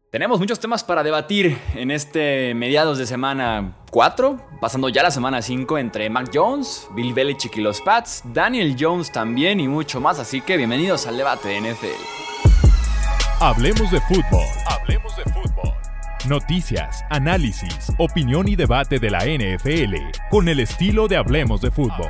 Tenemos muchos temas para debatir en este mediados de semana 4, pasando ya la semana 5 entre Mac Jones, Bill Belichick y los Pats, Daniel Jones también y mucho más, así que bienvenidos al debate de NFL. Hablemos de fútbol. Hablemos de fútbol. Noticias, análisis, opinión y debate de la NFL con el estilo de Hablemos de fútbol.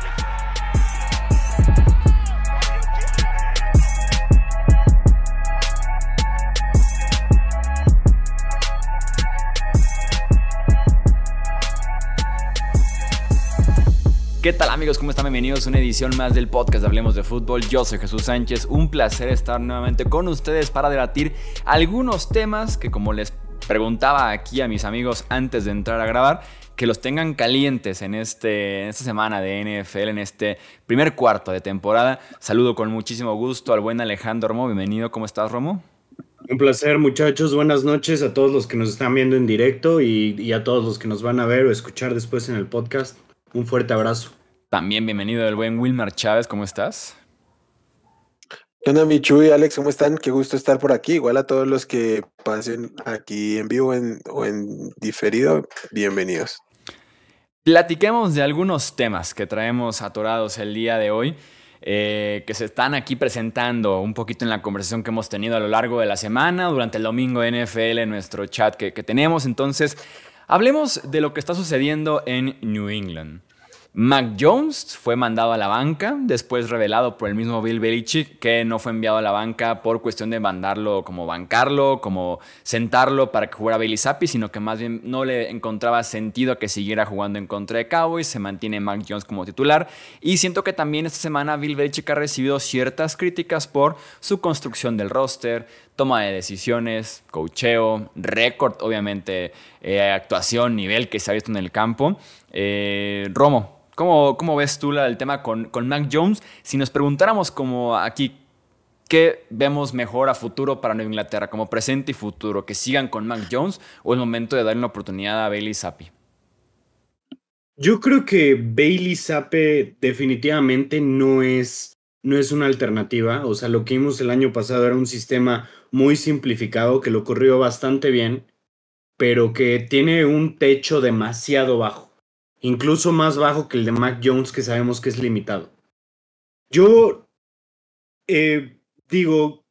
¿Qué tal amigos? ¿Cómo están? Bienvenidos a una edición más del podcast de Hablemos de Fútbol. Yo soy Jesús Sánchez, un placer estar nuevamente con ustedes para debatir algunos temas que, como les preguntaba aquí a mis amigos antes de entrar a grabar, que los tengan calientes en esta semana de NFL, en este primer cuarto de temporada. Saludo con muchísimo gusto al buen Alejandro Romo. Bienvenido, ¿cómo estás, Romo? Un placer, muchachos. Buenas noches a todos los que nos están viendo en directo y a todos los que nos van a ver o escuchar después en el podcast. Un fuerte abrazo. También bienvenido el buen Wilmar Chávez, ¿cómo estás? ¿Qué onda, Michu y Alex? ¿Cómo están? Qué gusto estar por aquí. Igual a todos los que pasen aquí en vivo o en diferido, bienvenidos. Platiquemos de algunos temas que traemos atorados el día de hoy, que se están aquí presentando un poquito en la conversación que hemos tenido a lo largo de la semana, durante el domingo de NFL en nuestro chat que tenemos. Entonces, hablemos de lo que está sucediendo en New England. Mac Jones fue mandado a la banca, después revelado por el mismo Bill Belichick que no fue enviado a la banca por cuestión de mandarlo como bancarlo, como sentarlo para que jugara Bailey Zappi, sino que más bien no le encontraba sentido a que siguiera jugando en contra de Cowboys. Se mantiene Mac Jones como titular y siento que también esta semana Bill Belichick ha recibido ciertas críticas por su construcción del roster, toma de decisiones, coacheo, récord, obviamente, actuación, nivel que se ha visto en el campo. Romo, ¿cómo ves tú el tema con Mac Jones? Si nos preguntáramos como aquí, ¿qué vemos mejor a futuro para Nueva Inglaterra? Como presente y futuro, ¿que sigan con Mac Jones o es momento de darle una oportunidad a Bailey Zappi? Yo creo que Bailey Zappi definitivamente no es una alternativa. O sea, lo que vimos el año pasado era un sistema muy simplificado que lo corrió bastante bien, pero que tiene un techo demasiado bajo. Incluso más bajo que el de Mac Jones, que sabemos que es limitado. Yo digo,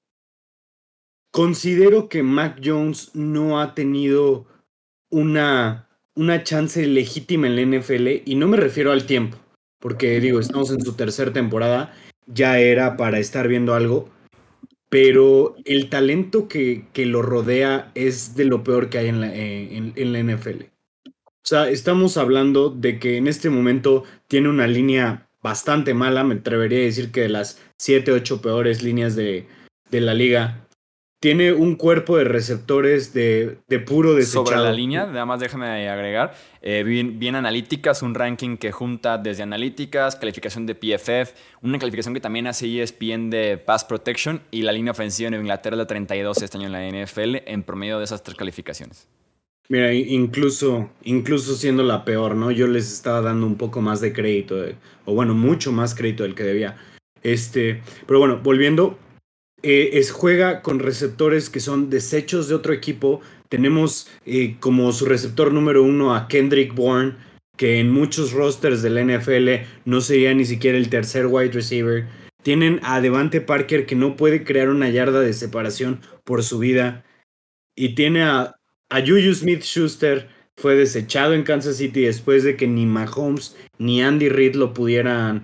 considero que Mac Jones no ha tenido una chance legítima en la NFL, y no me refiero al tiempo, porque digo, estamos en su tercera temporada, ya era para estar viendo algo, pero el talento que lo rodea es de lo peor que hay en la NFL. O sea, estamos hablando de que en este momento tiene una línea bastante mala, me atrevería a decir que de las 7, 8 peores líneas de la liga. Tiene un cuerpo de receptores de puro desechado. Sobre la línea, nada más déjame agregar, bien analíticas, un ranking que junta desde analíticas, calificación de PFF, una calificación que también hace ESPN de Pass Protection, y la línea ofensiva de Nueva Inglaterra es la 32 este año en la NFL, en promedio de esas tres calificaciones. Mira, incluso siendo la peor, ¿no? Yo les estaba dando un poco más de crédito, o bueno, mucho más crédito del que debía. Pero bueno, volviendo, juega con receptores que son desechos de otro equipo. Tenemos como su receptor número 1 a Kendrick Bourne, que en muchos rosters del NFL no sería ni siquiera el tercer wide receiver. Tienen a Devante Parker, que no puede crear una yarda de separación por su vida. Y tiene a Juju Smith-Schuster, fue desechado en Kansas City después de que ni Mahomes ni Andy Reid pudieran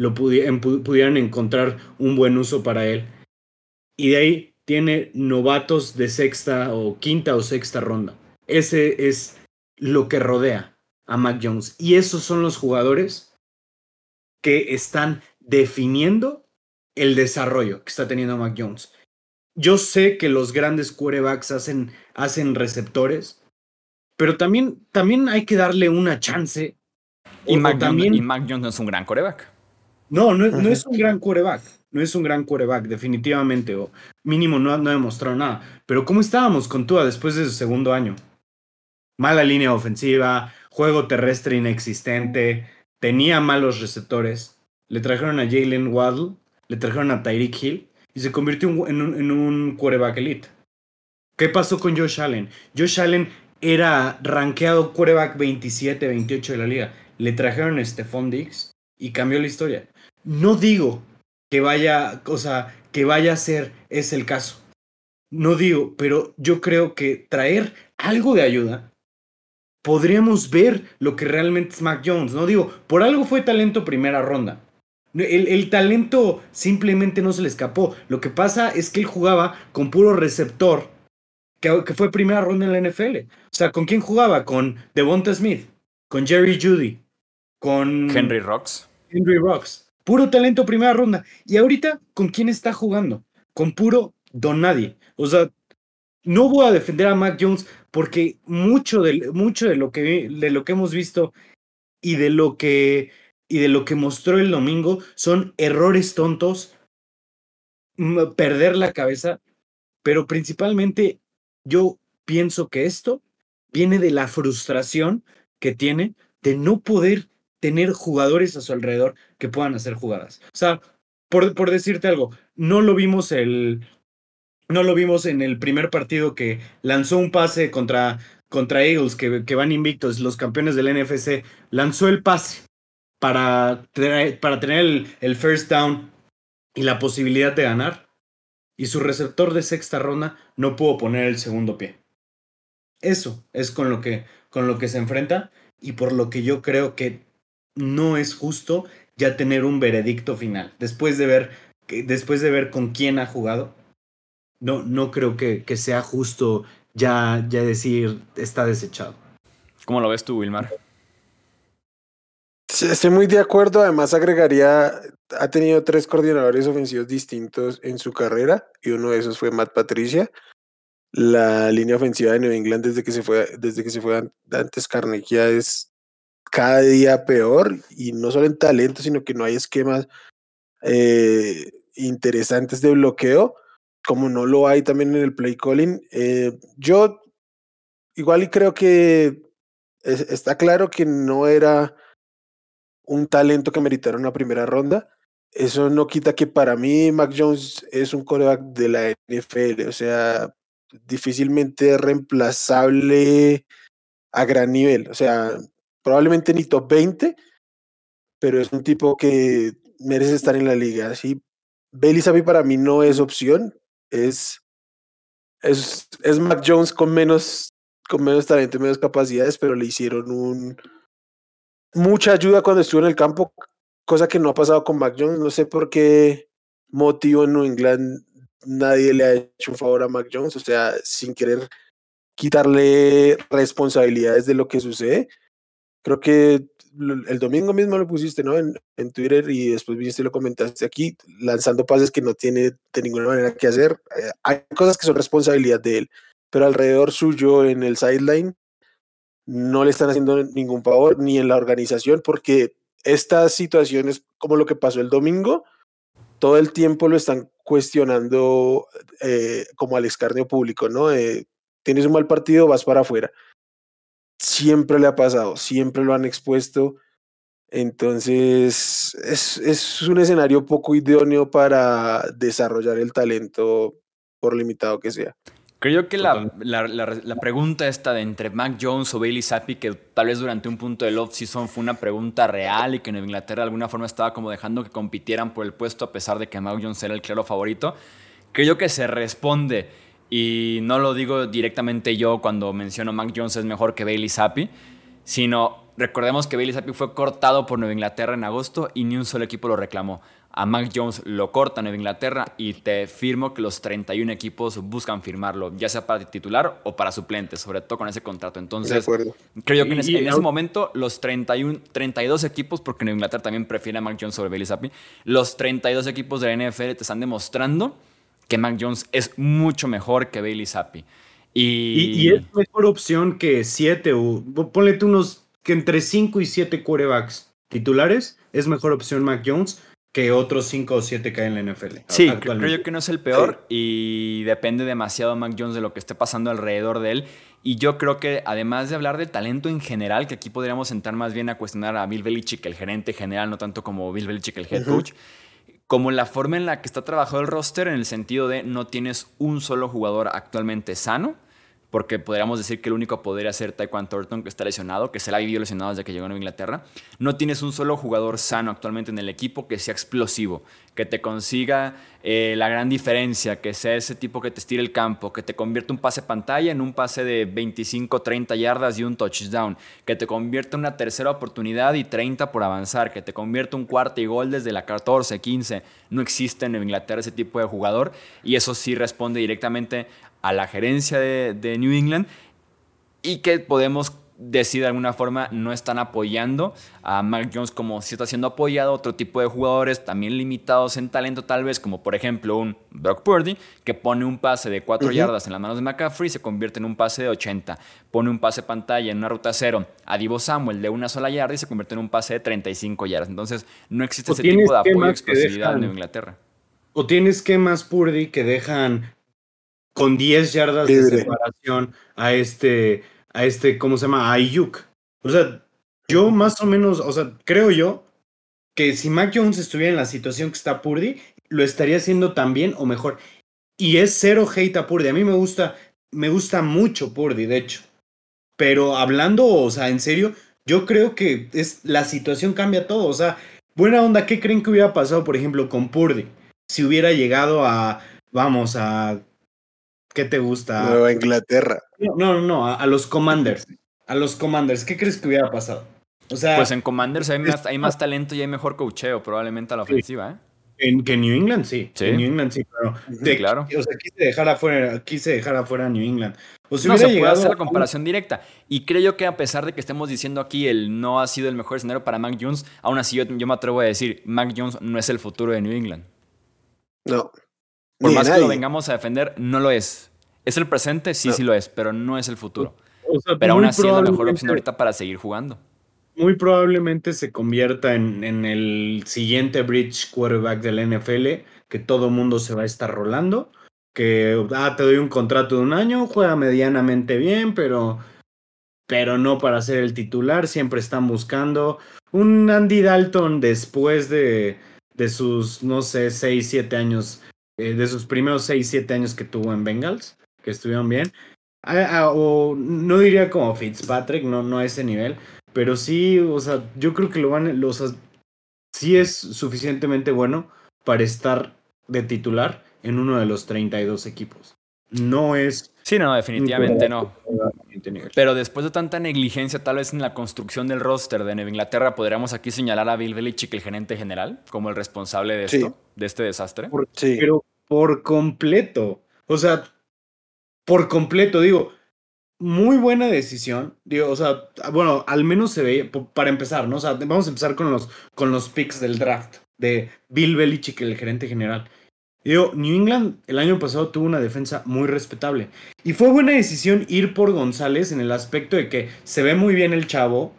encontrar un buen uso para él. Y de ahí tiene novatos de sexta o quinta o sexta ronda. Ese es lo que rodea a Mac Jones. Y esos son los jugadores que están definiendo el desarrollo que está teniendo Mac Jones. Yo sé que los grandes quarterbacks hacen receptores, pero también hay que darle una chance. Y Mac Jones no es un gran quarterback. No es un gran quarterback. No es un gran quarterback, definitivamente. O mínimo no ha demostrado nada. Pero ¿cómo estábamos con Tua después de su segundo año? Mala línea ofensiva, juego terrestre inexistente, tenía malos receptores. Le trajeron a Jalen Waddle, le trajeron a Tyreek Hill y se convirtió en un quarterback elite. ¿Qué pasó con Josh Allen? Josh Allen era rankeado quarterback 27, 28 de la liga. Le trajeron a Stephon Diggs y cambió la historia. No digo que vaya, o sea, que vaya a ser es el caso. No digo, pero yo creo que traer algo de ayuda podríamos ver lo que realmente es Mac Jones. No digo, por algo fue talento primera ronda. El talento simplemente no se le escapó. Lo que pasa es que él jugaba con puro receptor que fue primera ronda en la NFL. O sea, ¿con quién jugaba? Con Devonta Smith, con Jerry Jeudy, con Henry Rocks. Henry Rocks. Puro talento primera ronda. Y ahorita, ¿con quién está jugando? Con puro don nadie. O sea, no voy a defender a Mac Jones porque mucho de lo que hemos visto y de lo que mostró el domingo son errores tontos, perder la cabeza, pero principalmente yo pienso que esto viene de la frustración que tiene de no poder tener jugadores a su alrededor que puedan hacer jugadas. O sea, por decirte algo, no lo vimos en el primer partido que lanzó un pase contra Eagles, que van invictos, los campeones del NFC, lanzó el pase para tener el first down y la posibilidad de ganar, y su receptor de sexta ronda no pudo poner el segundo pie. Eso es con lo que se enfrenta y por lo que yo creo que no es justo ya tener un veredicto final. Después de ver con quién ha jugado, no creo que sea justo ya decir está desechado. ¿Cómo lo ves tú, Wilmar? Sí, estoy muy de acuerdo. Además, agregaría, ha tenido 3 coordinadores ofensivos distintos en su carrera y uno de esos fue Matt Patricia. La línea ofensiva de New England desde que se fue antes Carnegie es cada día peor, y no solo en talento, sino que no hay esquemas interesantes de bloqueo, como no lo hay también en el play calling. Yo igual y creo que está claro que no era un talento que meritara una primera ronda. Eso no quita que para mí Mac Jones es un quarterback de la NFL, o sea, difícilmente reemplazable a gran nivel. O sea, probablemente ni top 20, pero es un tipo que merece estar en la liga. ¿Sí? Bailey Zappi para mí no es opción, es Mac Jones con menos talento y menos capacidades, pero le hicieron mucha ayuda cuando estuvo en el campo, cosa que no ha pasado con Mac Jones. No sé por qué motivo en New England nadie le ha hecho un favor a Mac Jones, o sea, sin querer quitarle responsabilidades de lo que sucede. Creo que el domingo mismo lo pusiste, ¿no? En Twitter, y después viniste y lo comentaste aquí, lanzando pases que no tiene de ninguna manera que hacer. Hay cosas que son responsabilidad de él, pero alrededor suyo en el sideline no le están haciendo ningún favor, ni en la organización, porque estas situaciones como lo que pasó el domingo, todo el tiempo lo están cuestionando como al escarnio público, ¿no? Tienes un mal partido, vas para afuera. Siempre le ha pasado, siempre lo han expuesto. Entonces es un escenario poco idóneo para desarrollar el talento, por limitado que sea. Creo que la pregunta esta de entre Mac Jones o Bailey Zappi, que tal vez durante un punto del off-season fue una pregunta real y que en Inglaterra de alguna forma estaba como dejando que compitieran por el puesto a pesar de que Mac Jones era el claro favorito, creo que se responde, y no lo digo directamente yo cuando menciono Mac Jones es mejor que Bailey Zappi, sino recordemos que Bailey Zappi fue cortado por Nueva Inglaterra en agosto y ni un solo equipo lo reclamó. A Mac Jones lo corta Nueva Inglaterra y te firmo que los 31 equipos buscan firmarlo, ya sea para titular o para suplente, sobre todo con ese contrato. Entonces, creo que en ese momento los 32 equipos, porque Nueva Inglaterra también prefiere a Mac Jones sobre Bailey Zappi, los 32 equipos de la NFL te están demostrando que Mac Jones es mucho mejor que Bailey Zappi. Y es mejor opción que 7, o ponle tú unos que entre 5 y 7 quarterbacks titulares, es mejor opción Mac Jones que otros 5 o 7 que hay en la NFL. Sí, creo yo que no es el peor, y depende demasiado Mac Jones de lo que esté pasando alrededor de él. Y yo creo que además de hablar del talento en general, que aquí podríamos sentar más bien a cuestionar a Bill Belichick, el gerente general, no tanto como Bill Belichick, el head coach, como la forma en la que está trabajado el roster, en el sentido de no tienes un solo jugador actualmente sano, porque podríamos decir que el único podría ser Tyquan Thornton, que está lesionado, que se la ha vivido lesionado desde que llegó a Nueva Inglaterra. No tienes un solo jugador sano actualmente en el equipo que sea explosivo, que te consiga la gran diferencia, que sea ese tipo que te estire el campo, que te convierta un pase pantalla en un pase de 25, 30 yardas y un touchdown, que te convierta una tercera oportunidad y 30 por avanzar, que te convierta un cuarto y gol desde la 14, 15. No existe en Nueva Inglaterra ese tipo de jugador, y eso sí responde directamente a la gerencia de New England, y que podemos decir de alguna forma no están apoyando a Mac Jones como si está siendo apoyado otro tipo de jugadores también limitados en talento, tal vez como por ejemplo un Brock Purdy, que pone un pase de 4 yardas en las manos de McCaffrey y se convierte en un pase de 80. Pone un pase pantalla en una ruta cero a Deebo Samuel de una sola yarda y se convierte en un pase de 35 yardas. Entonces no existe ese tipo de apoyo y explosividad en Nueva Inglaterra. O tienes esquemas Purdy que dejan con 10 yardas de separación a este, ¿cómo se llama? A Ayuk. O sea, yo más o menos, o sea, creo yo que si Mac Jones estuviera en la situación que está Purdy, lo estaría haciendo tan bien o mejor. Y es cero hate a Purdy. A mí me gusta mucho Purdy, de hecho. Pero hablando, o sea, en serio, yo creo que la situación cambia todo. O sea, buena onda, ¿qué creen que hubiera pasado, por ejemplo, con Purdy? Si hubiera llegado a ¿qué te gusta? Nueva Inglaterra. No, a los Commanders. A los Commanders, ¿qué crees que hubiera pasado? O sea, pues en Commanders hay más talento y hay mejor coacheo probablemente a la ofensiva, ¿eh? Que en New England sí. Sí. En New England sí, pero claro. O sea, quise dejar afuera a New England. O si no, se puede llegado hacer la comparación directa. Y creo yo que a pesar de que estemos diciendo aquí el no ha sido el mejor escenario para Mac Jones, aún así yo me atrevo a decir, Mac Jones no es el futuro de New England. No. Por más que lo vengamos a defender, no lo es. ¿Es el presente? Sí, sí lo es, pero no es el futuro. O sea, pero aún así es la mejor opción ahorita para seguir jugando. Muy probablemente se convierta en el siguiente bridge quarterback del NFL, que todo mundo se va a estar rolando, que te doy un contrato de 1 año, juega medianamente bien, pero no para ser el titular. Siempre están buscando un Andy Dalton después de sus, no sé, 6, 7 años, de sus primeros 6, 7 años que tuvo en Bengals, que estuvieron bien. O no diría como Fitzpatrick, no a ese nivel, pero sí, o sea, yo creo que o sea, sí es suficientemente bueno para estar de titular en uno de los 32 equipos. No es... Sí, no, definitivamente no. Pero después de tanta negligencia, tal vez en la construcción del roster de Nueva Inglaterra, podríamos aquí señalar a Bill Belichick, el gerente general, como el responsable de esto, de este desastre. Pero por completo. O sea, por completo, digo, muy buena decisión. Digo, o sea, bueno, al menos se ve, para empezar, ¿no? O sea, vamos a empezar con los picks del draft de Bill Belichick, el gerente general. Digo, New England el año pasado tuvo una defensa muy respetable. Y fue buena decisión ir por González en el aspecto de que se ve muy bien el chavo.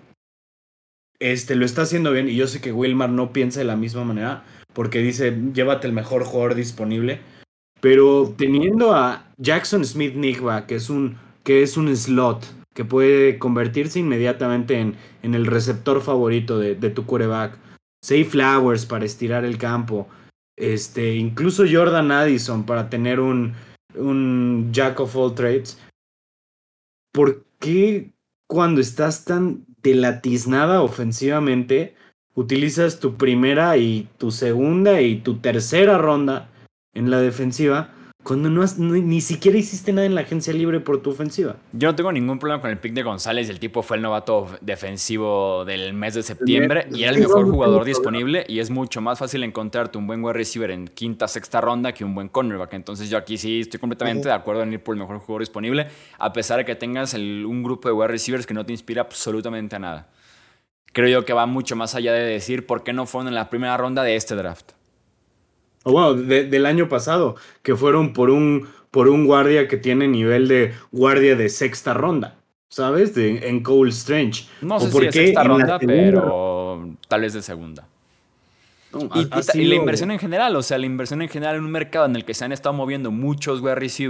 Lo está haciendo bien. Y yo sé que Wilmar no piensa de la misma manera, porque dice, llévate el mejor jugador disponible. Pero teniendo a Jackson Smith-Njigba, que es un slot, que puede convertirse inmediatamente en el receptor favorito de tu quarterback. Zay Flowers para estirar el campo. Incluso Jordan Addison para tener un jack of all trades. ¿Por qué cuando estás tan delatiznada ofensivamente utilizas tu primera y tu segunda y tu tercera ronda en la defensiva cuando ni siquiera hiciste nada en la agencia libre por tu ofensiva? Yo no tengo ningún problema con el pick de González. El tipo fue el novato defensivo del mes de septiembre y era el mejor jugador disponible, y es mucho más fácil encontrarte un buen wide receiver en quinta, sexta ronda que un buen cornerback. Entonces yo aquí sí estoy completamente de acuerdo en ir por el mejor jugador disponible, a pesar de que tengas un grupo de wide receivers que no te inspira absolutamente a nada. Creo yo que va mucho más allá de decir por qué no fueron en la primera ronda de este draft. O bueno, del año pasado, que fueron por un guardia que tiene nivel de guardia de sexta ronda, ¿sabes? En Cole Strange. No sé si de sexta ronda, pero tal vez de segunda. No, y la inversión en general, o sea, la inversión en general en un mercado en el que se han estado moviendo muchos wide receivers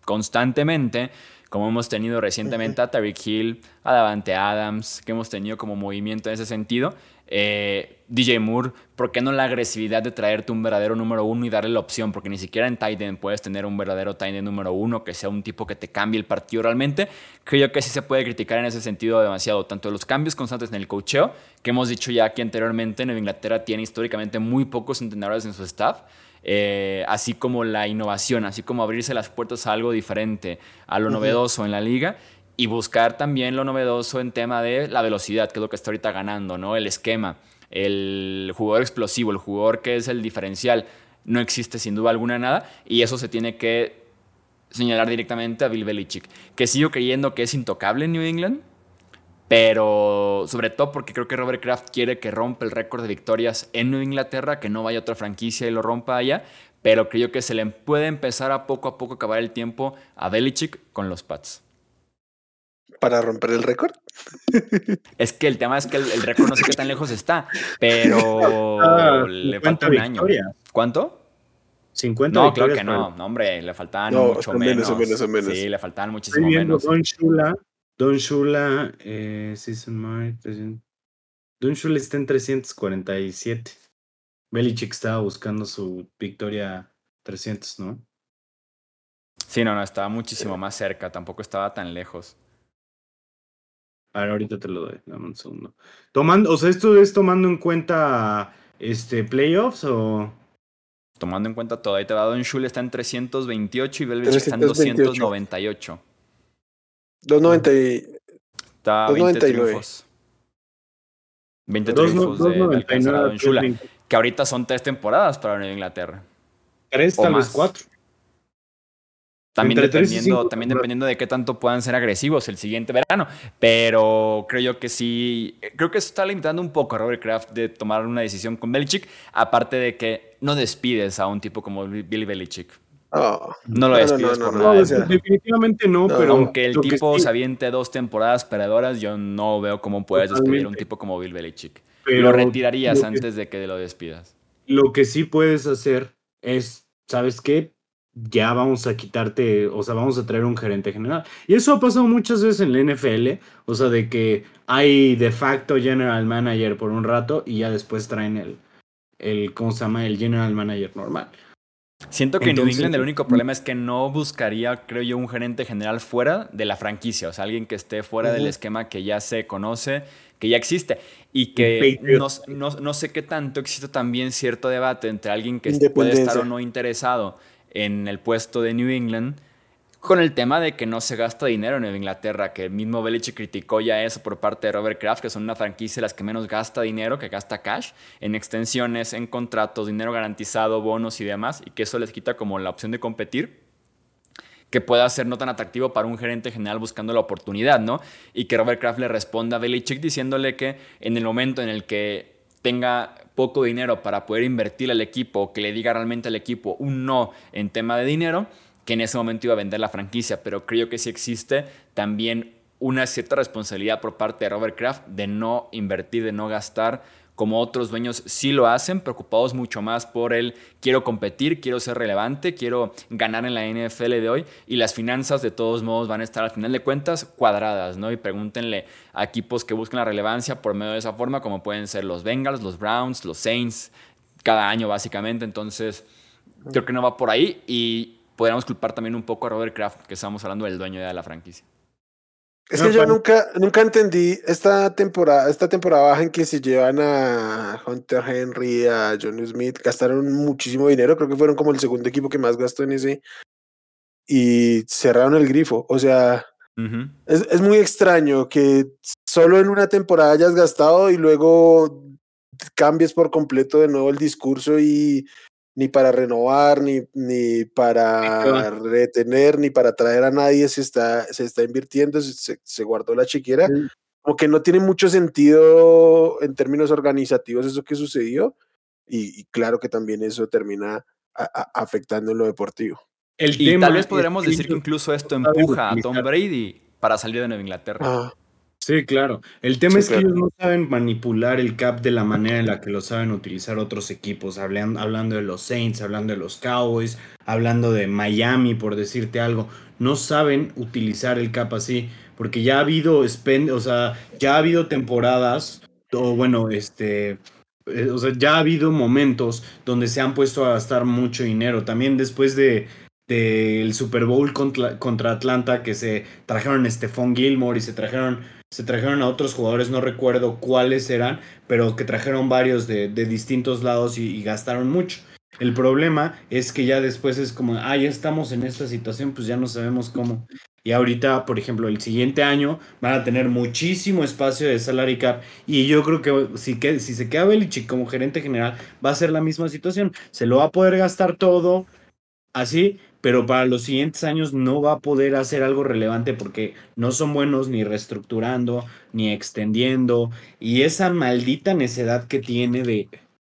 constantemente, como hemos tenido recientemente a Tyreek Hill, a Davante Adams, que hemos tenido como movimiento en ese sentido. DJ Moore, ¿por qué no la agresividad de traerte un verdadero número uno y darle la opción? Porque ni siquiera en tight end puedes tener un verdadero tight end número uno que sea un tipo que te cambie el partido realmente. Creo que sí se puede criticar en ese sentido demasiado, tanto los cambios constantes en el coacheo, que hemos dicho ya aquí anteriormente, Nueva Inglaterra tiene históricamente muy pocos entrenadores en su staff, así como la innovación, así como abrirse las puertas a algo diferente, a lo novedoso en la liga. Y buscar también lo novedoso en tema de la velocidad, que es lo que está ahorita ganando, ¿no? El esquema, el jugador explosivo, el jugador que es el diferencial, no existe sin duda alguna nada, y eso se tiene que señalar directamente a Bill Belichick, que sigo creyendo que es intocable en New England, pero sobre todo porque creo que Robert Kraft quiere que rompa el récord de victorias en Nueva Inglaterra, que no vaya otra franquicia y lo rompa allá, pero creo que se le puede empezar a poco acabar el tiempo a Belichick con los Pats. ¿Para romper el récord? Es que el tema es que el récord no sé qué tan lejos está, pero le falta un año. ¿Cuánto? 50 no, victorias. Claro que no, hombre, le faltaban No, mucho son menos. menos. Sí, le faltaban muchísimo Estoy viendo menos. Don Shula, Season Mark, Don Shula está en 347. Belichick estaba buscando su victoria 300, ¿no? Sí, no, estaba muchísimo más cerca, tampoco estaba tan lejos. A ver, ahorita te lo doy, dame un segundo. O sea, ¿esto es tomando en cuenta playoffs o...? Tomando en cuenta todo, ahí te va, Don Shula está en 328 y Belichick está en 298. 290 y... Está 20 triunfos. 20 triunfos de alcanzar a Don Shula, que ahorita son 3 temporadas para Nueva Inglaterra. 3, tal vez 4. También dependiendo de qué tanto puedan ser agresivos el siguiente verano. Pero creo yo que sí. Creo que eso está limitando un poco a Robert Kraft de tomar una decisión con Belichick. Aparte de que no despides a un tipo como Bill Belichick. No lo despides por nada. Definitivamente no, pero... Aunque el tipo se aviente 2 temporadas perdedoras, yo no veo cómo puedes despedir a un tipo como Bill Belichick. Pero lo retirarías antes de que lo despidas. Lo que sí puedes hacer es, ¿sabes qué? Ya vamos a quitarte, o sea, vamos a traer un gerente general. Y eso ha pasado muchas veces en la NFL, o sea, de que hay de facto general manager por un rato y ya después traen ¿cómo se llama? El general manager normal. Siento que en New England el único problema es que no buscaría, creo yo, un gerente general fuera de la franquicia, o sea, alguien que esté fuera del esquema que ya se conoce, que ya existe, y que no sé qué tanto existe también cierto debate entre alguien que puede estar o no interesado en el puesto de New England, con el tema de que no se gasta dinero en Nueva Inglaterra, que el mismo Belichick criticó ya eso por parte de Robert Kraft, que son una franquicia de las que menos gasta dinero, que gasta cash, en extensiones, en contratos, dinero garantizado, bonos y demás, y que eso les quita como la opción de competir, que pueda ser no tan atractivo para un gerente general buscando la oportunidad, ¿no? Y que Robert Kraft le responda a Belichick diciéndole que en el momento en el que tenga poco dinero para poder invertir al equipo, o que le diga realmente al equipo un no en tema de dinero, que en ese momento iba a vender la franquicia, pero creo que sí existe también una cierta responsabilidad por parte de Robert Kraft de no invertir, de no gastar, como otros dueños sí lo hacen, preocupados mucho más por el quiero competir, quiero ser relevante, quiero ganar en la NFL de hoy, y las finanzas de todos modos van a estar al final de cuentas cuadradas, ¿no? Y pregúntenle a equipos que buscan la relevancia por medio de esa forma, como pueden ser los Bengals, los Browns, los Saints, cada año básicamente. Entonces creo que no va por ahí, y podríamos culpar también un poco a Robert Kraft, que estamos hablando del dueño de la franquicia. Es que yo nunca entendí esta temporada baja en que se llevan a Hunter Henry, a John Smith, gastaron muchísimo dinero, creo que fueron como el segundo equipo que más gastó en ese, y cerraron el grifo. O sea, es muy extraño que solo en una temporada hayas gastado y luego cambies por completo de nuevo el discurso, y ni para renovar, ni para retener, ni para traer a nadie se está invirtiendo, se guardó la chiquera. Como que no tiene mucho sentido en términos organizativos eso que sucedió, y claro que también eso termina afectando en lo deportivo. Y tal vez podríamos decir que incluso esto empuja a Tom Brady para salir de Nueva Inglaterra. Sí, claro. El tema es que ellos no saben manipular el cap de la manera en la que lo saben utilizar otros equipos, hablando de los Saints, hablando de los Cowboys, hablando de Miami, por decirte algo. no saben utilizar el cap así, porque ya ha habido o sea, ya ha habido temporadas, o bueno, o sea, ya ha habido momentos donde se han puesto a gastar mucho dinero. También después del Super Bowl contra Atlanta, que se trajeron a Stephon Gilmore y se trajeron a otros jugadores, no recuerdo cuáles eran, pero que trajeron varios de distintos lados y gastaron mucho. El problema es que ya después es como, ya estamos en esta situación, pues ya no sabemos cómo. Y ahorita, por ejemplo, el siguiente año van a tener muchísimo espacio de salary cap. Y yo creo que si se queda Belichick como gerente general, va a ser la misma situación. Se lo va a poder gastar todo así, pero para los siguientes años no va a poder hacer algo relevante porque no son buenos ni reestructurando, ni extendiendo. Y esa maldita necedad que tiene de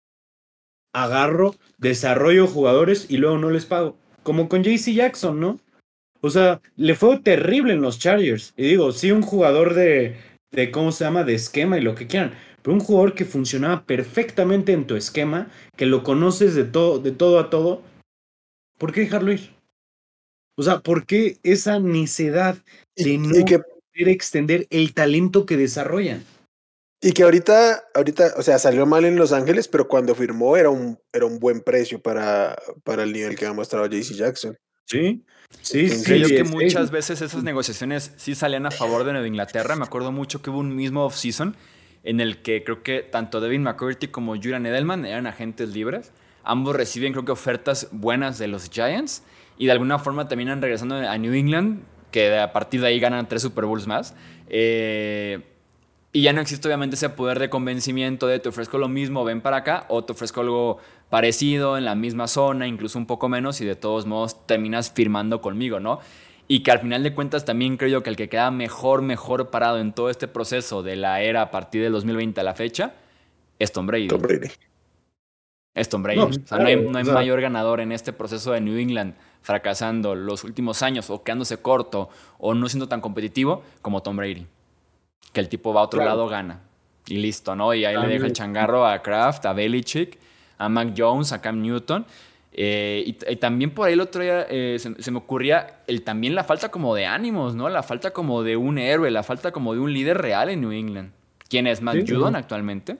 agarro, desarrollo jugadores y luego no les pago. Como con JC Jackson, ¿no? O sea, le fue terrible en los Chargers. Y digo, sí, un jugador ¿cómo se llama? De esquema y lo que quieran. Pero un jugador que funcionaba perfectamente en tu esquema, que lo conoces de todo a todo. ¿Por qué dejarlo ir? O sea, ¿por qué esa necedad de Y no que, poder extender el talento que desarrollan? y que ahorita, o sea, salió mal en Los Ángeles, pero cuando firmó era un buen precio para el nivel que ha mostrado JC Jackson. Sí, sí, Creo Entonces, sí, que muchas veces esas negociaciones sí salían a favor de Nueva Inglaterra. Me acuerdo mucho que hubo un mismo off-season en el que creo que tanto Devin McCourty como Julian Edelman eran agentes libres. Ambos reciben creo que ofertas buenas de los Giants y de alguna forma terminan regresando a New England, que a partir de ahí ganan 3 Super Bowls más. Y ya no existe obviamente ese poder de convencimiento de te ofrezco lo mismo, ven para acá, o te ofrezco algo parecido en la misma zona, incluso un poco menos, y de todos modos terminas firmando conmigo, ¿no? Y que al final de cuentas también creo yo que el que queda mejor parado en todo este proceso de la era a partir del 2020 a la fecha es Tom Tom Brady. Brady. Es Tom no, Brady. pues O sea, claro, no o hay sea, mayor ganador en este proceso de New England fracasando los últimos años o quedándose corto o no siendo tan competitivo como Tom Brady. Que el tipo va a otro claro. lado, gana. Y listo, ¿no? Y ahí le deja el También, changarro a Kraft, a Belichick, a Mac Jones, a Cam Newton. Y también por ahí el otro día se me ocurría también la falta como de ánimos, ¿no? La falta como de un héroe, la falta como de un líder real en New England. ¿Quién es Matt sí, Judon actualmente?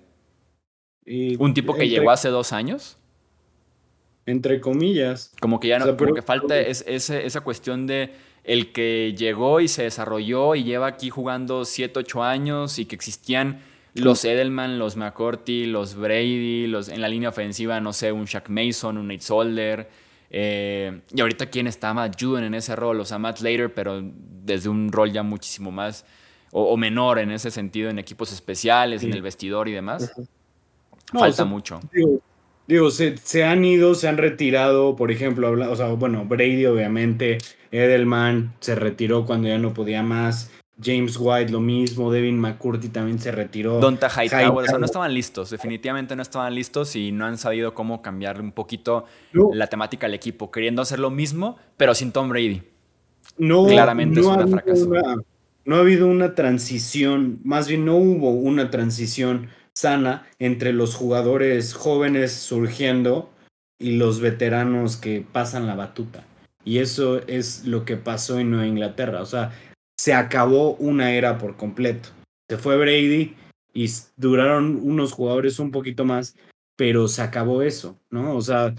y Un tipo que llegó hace 2 años. entre comillas. Como que ya O no, sea, como pero que falta esa cuestión de el que llegó y se desarrolló y lleva aquí jugando 7 8 años y que existían los Edelman, los McCourty, los Brady, en la línea ofensiva, no sé, un Shaq Mason, un Nate Solder. Y ahorita quién está Matt Judon en ese rol, o sea, Matt Slater, pero desde un rol ya muchísimo más o menor en ese sentido, en equipos especiales, en el sí. vestidor y demás. No, o Falta sea, mucho. digo, se han ido, se han retirado, por ejemplo, o sea, bueno, Brady obviamente, Edelman se retiró cuando ya no podía más, James White lo mismo, Devin McCourty también se retiró, Donta Hightower, o sea, no Hightower, estaban listos, definitivamente no estaban listos y no han sabido cómo cambiar un poquito no, la temática al equipo, queriendo hacer lo mismo, pero sin Tom Brady. Claramente es no ha un habido fracaso. no ha habido una transición, más bien no hubo una transición sana entre los jugadores jóvenes surgiendo y los veteranos que pasan la batuta. Y eso es lo que pasó en Nueva Inglaterra. O sea, se acabó una era por completo. Se fue Brady y duraron unos jugadores un poquito más, pero se acabó eso, ¿no? O sea,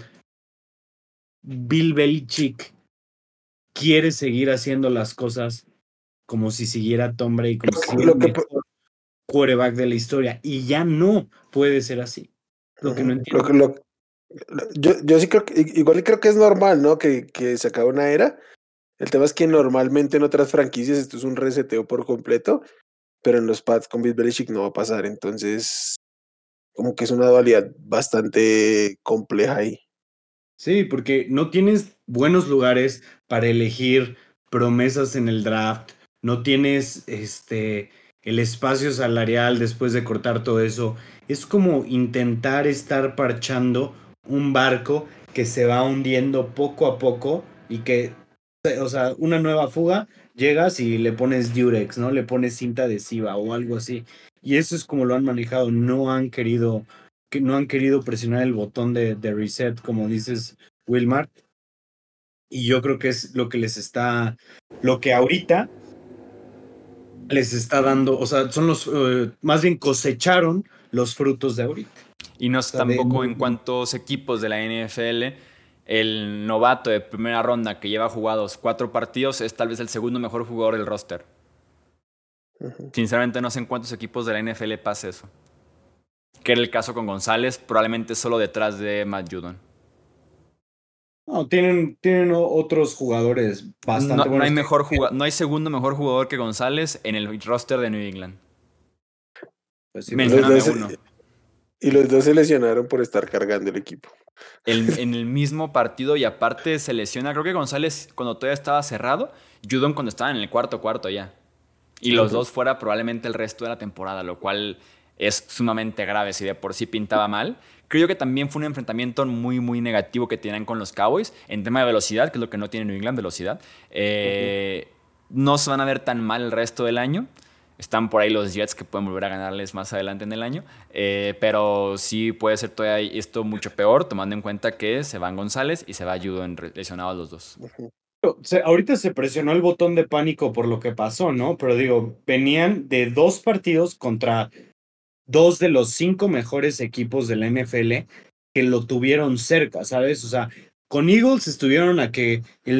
Bill Belichick quiere seguir haciendo las cosas como si siguiera Tom Brady, como si siguiera Lo el que, mejor quarterback de la historia. Y ya no puede ser así. Lo que no ujú, lo entiendo. que, lo, yo sí creo que, igual creo que es normal, ¿no? Que se acabe una era. El tema es que normalmente en otras franquicias esto es un reseteo por completo, pero en los Pats con Bill Belichick no va a pasar. Entonces, como que es una dualidad bastante compleja ahí. Sí, porque no tienes buenos lugares para elegir promesas en el draft, no tienes el espacio salarial después de cortar todo eso. Es como intentar estar parchando un barco que se va hundiendo poco a poco y que, o sea, una nueva fuga, llegas y le pones Durex, ¿no? Le pones cinta adhesiva o algo así. Y eso es como lo han manejado, no han querido presionar el botón de reset, como dices, Wilmar. Y yo creo que es lo que ahorita les está dando, o sea, son más bien cosecharon los frutos de ahorita. Y no O sé sea, tampoco en cuántos equipos de la NFL el novato de primera ronda que lleva jugados 4 partidos es tal vez el segundo mejor jugador del roster. Sinceramente no sé en cuántos equipos de la NFL pasa eso. Que era el caso con González, probablemente solo detrás de Matt Judon. no, tienen otros jugadores bastante No hay buenos. no hay segundo mejor jugador que González en el roster de New England. Pues sí, Los Mencióname dos, uno. y los dos se lesionaron por estar cargando el equipo. En el mismo partido y aparte se lesiona. Creo que González cuando todavía estaba cerrado, Judon cuando estaba en el cuarto ya. Y los dos fuera probablemente el resto de la temporada, lo cual es sumamente grave si de por sí pintaba mal. Creo que también fue un enfrentamiento muy, muy negativo que tienen con los Cowboys en tema de velocidad, que es lo que no tiene New England, velocidad. No se van a ver tan mal el resto del año. Están por ahí los Jets que pueden volver a ganarles más adelante en el año. Pero sí puede ser todavía esto mucho peor, tomando en cuenta que se van González y se va Judon lesionados los dos. Ahorita se presionó el botón de pánico por lo que pasó, ¿no? Pero digo, venían de 2 partidos contra 2 de los 5 mejores equipos de la NFL que lo tuvieron cerca, ¿sabes? O sea, con Eagles estuvieron a que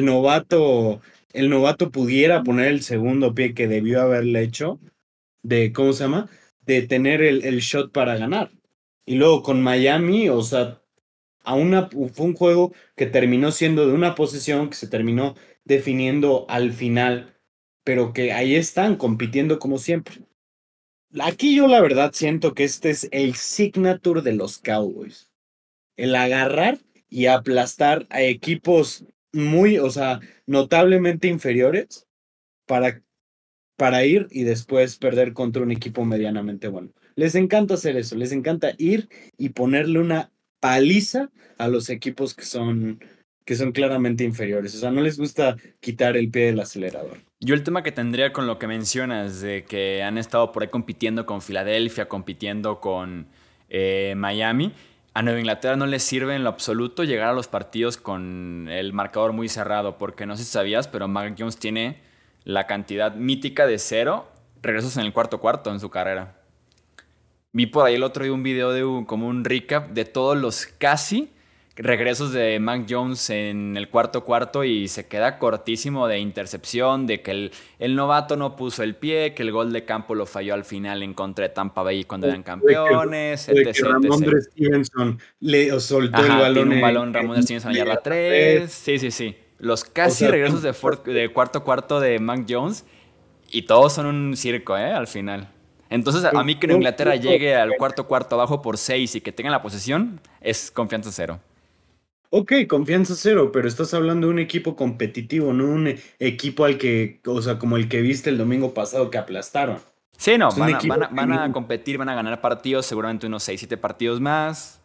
el novato pudiera poner el segundo pie que debió haberle hecho, de, ¿cómo se llama? De tener el shot para ganar. Y luego con Miami, o sea, fue un juego que terminó siendo de una posesión que se terminó definiendo al final, pero que ahí están compitiendo como siempre. Aquí yo la verdad siento que este es el signature de los Cowboys. El agarrar y aplastar a equipos muy, o sea, notablemente inferiores para, para ir y después perder contra un equipo medianamente bueno. Les encanta hacer eso, les encanta ir y ponerle una paliza a los equipos que son claramente inferiores. O sea, no les gusta quitar el pie del acelerador. Yo el tema que tendría con lo que mencionas de que han estado por ahí compitiendo con Filadelfia, compitiendo con Miami, a Nueva Inglaterra no les sirve en lo absoluto llegar a los partidos con el marcador muy cerrado, porque no sé si sabías, pero Mac Jones tiene la cantidad mítica de 0 regresos en el cuarto en su carrera. Vi por ahí el otro día un video de como un recap de todos los casi regresos de Mac Jones en el cuarto y se queda cortísimo de intercepción, de que el novato no puso el pie, que el gol de campo lo falló al final en contra de Tampa Bay cuando eran campeones, De que etc, Ramondre etc. Stevenson le soltó el Ajá, balón tiene un balón Ramón Stevenson a en yarda yarda 3. tres. Sí. Los O casi sea, regresos de cuarto de Mac Jones y todos son un circo, al final. Entonces, a mí que en Inglaterra llegue al cuarto abajo por 6 y que tengan la posesión, es confianza cero. Ok, confianza cero, pero estás hablando de un equipo competitivo, no un equipo al que, o sea, como el que viste el domingo pasado que aplastaron. Sí, no, Es un equipo van a competir, van a ganar partidos, seguramente unos 6, 7 partidos más.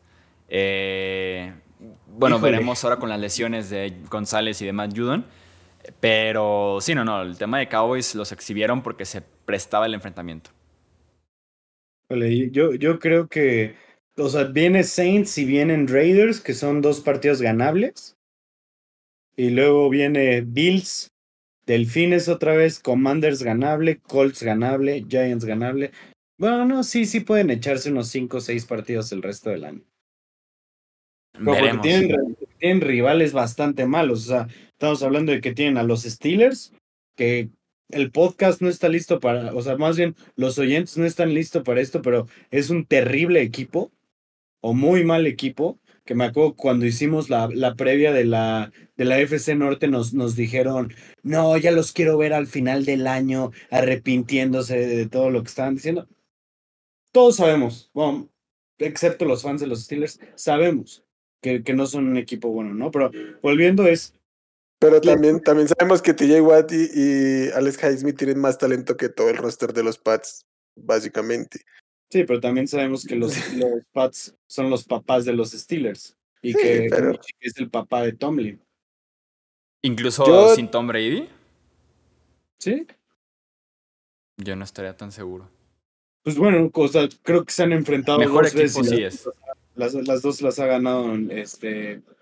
Bueno, Híjole. veremos ahora con las lesiones de González y de Matt Judon. Pero sí, no, el tema de Cowboys los exhibieron porque se prestaba el enfrentamiento. Híjole, yo creo que, o sea, viene Saints y vienen Raiders, que son 2 partidos ganables. Y luego viene Bills, Delfines otra vez, Commanders ganable, Colts ganable, Giants ganable. Bueno, no, sí pueden echarse unos 5 o 6 partidos el resto del año. Pero porque Veremos. tienen rivales bastante malos. O sea, estamos hablando de que tienen a los Steelers, que el podcast no está listo para, o sea, más bien los oyentes no están listos para esto, pero es un terrible equipo o muy mal equipo. Que me acuerdo cuando hicimos la previa de la FC Norte nos dijeron, no, ya los quiero ver al final del año arrepintiéndose de todo lo que estaban diciendo. Todos sabemos, bueno, excepto los fans de los Steelers, sabemos que no son un equipo bueno, ¿no? Pero volviendo Pero también sabemos que TJ Watt y Alex Highsmith tienen más talento que todo el roster de los Pats, básicamente. sí, pero también sabemos que los Pats son los papás de los Steelers y Sí, que pero Belichick es el papá de Tomlin, Incluso yo, sin Tom Brady, ¿sí? yo no estaría tan seguro. Pues bueno, o sea, creo que se han enfrentado Mejor 2 veces equipo y sí es. las dos las ha ganado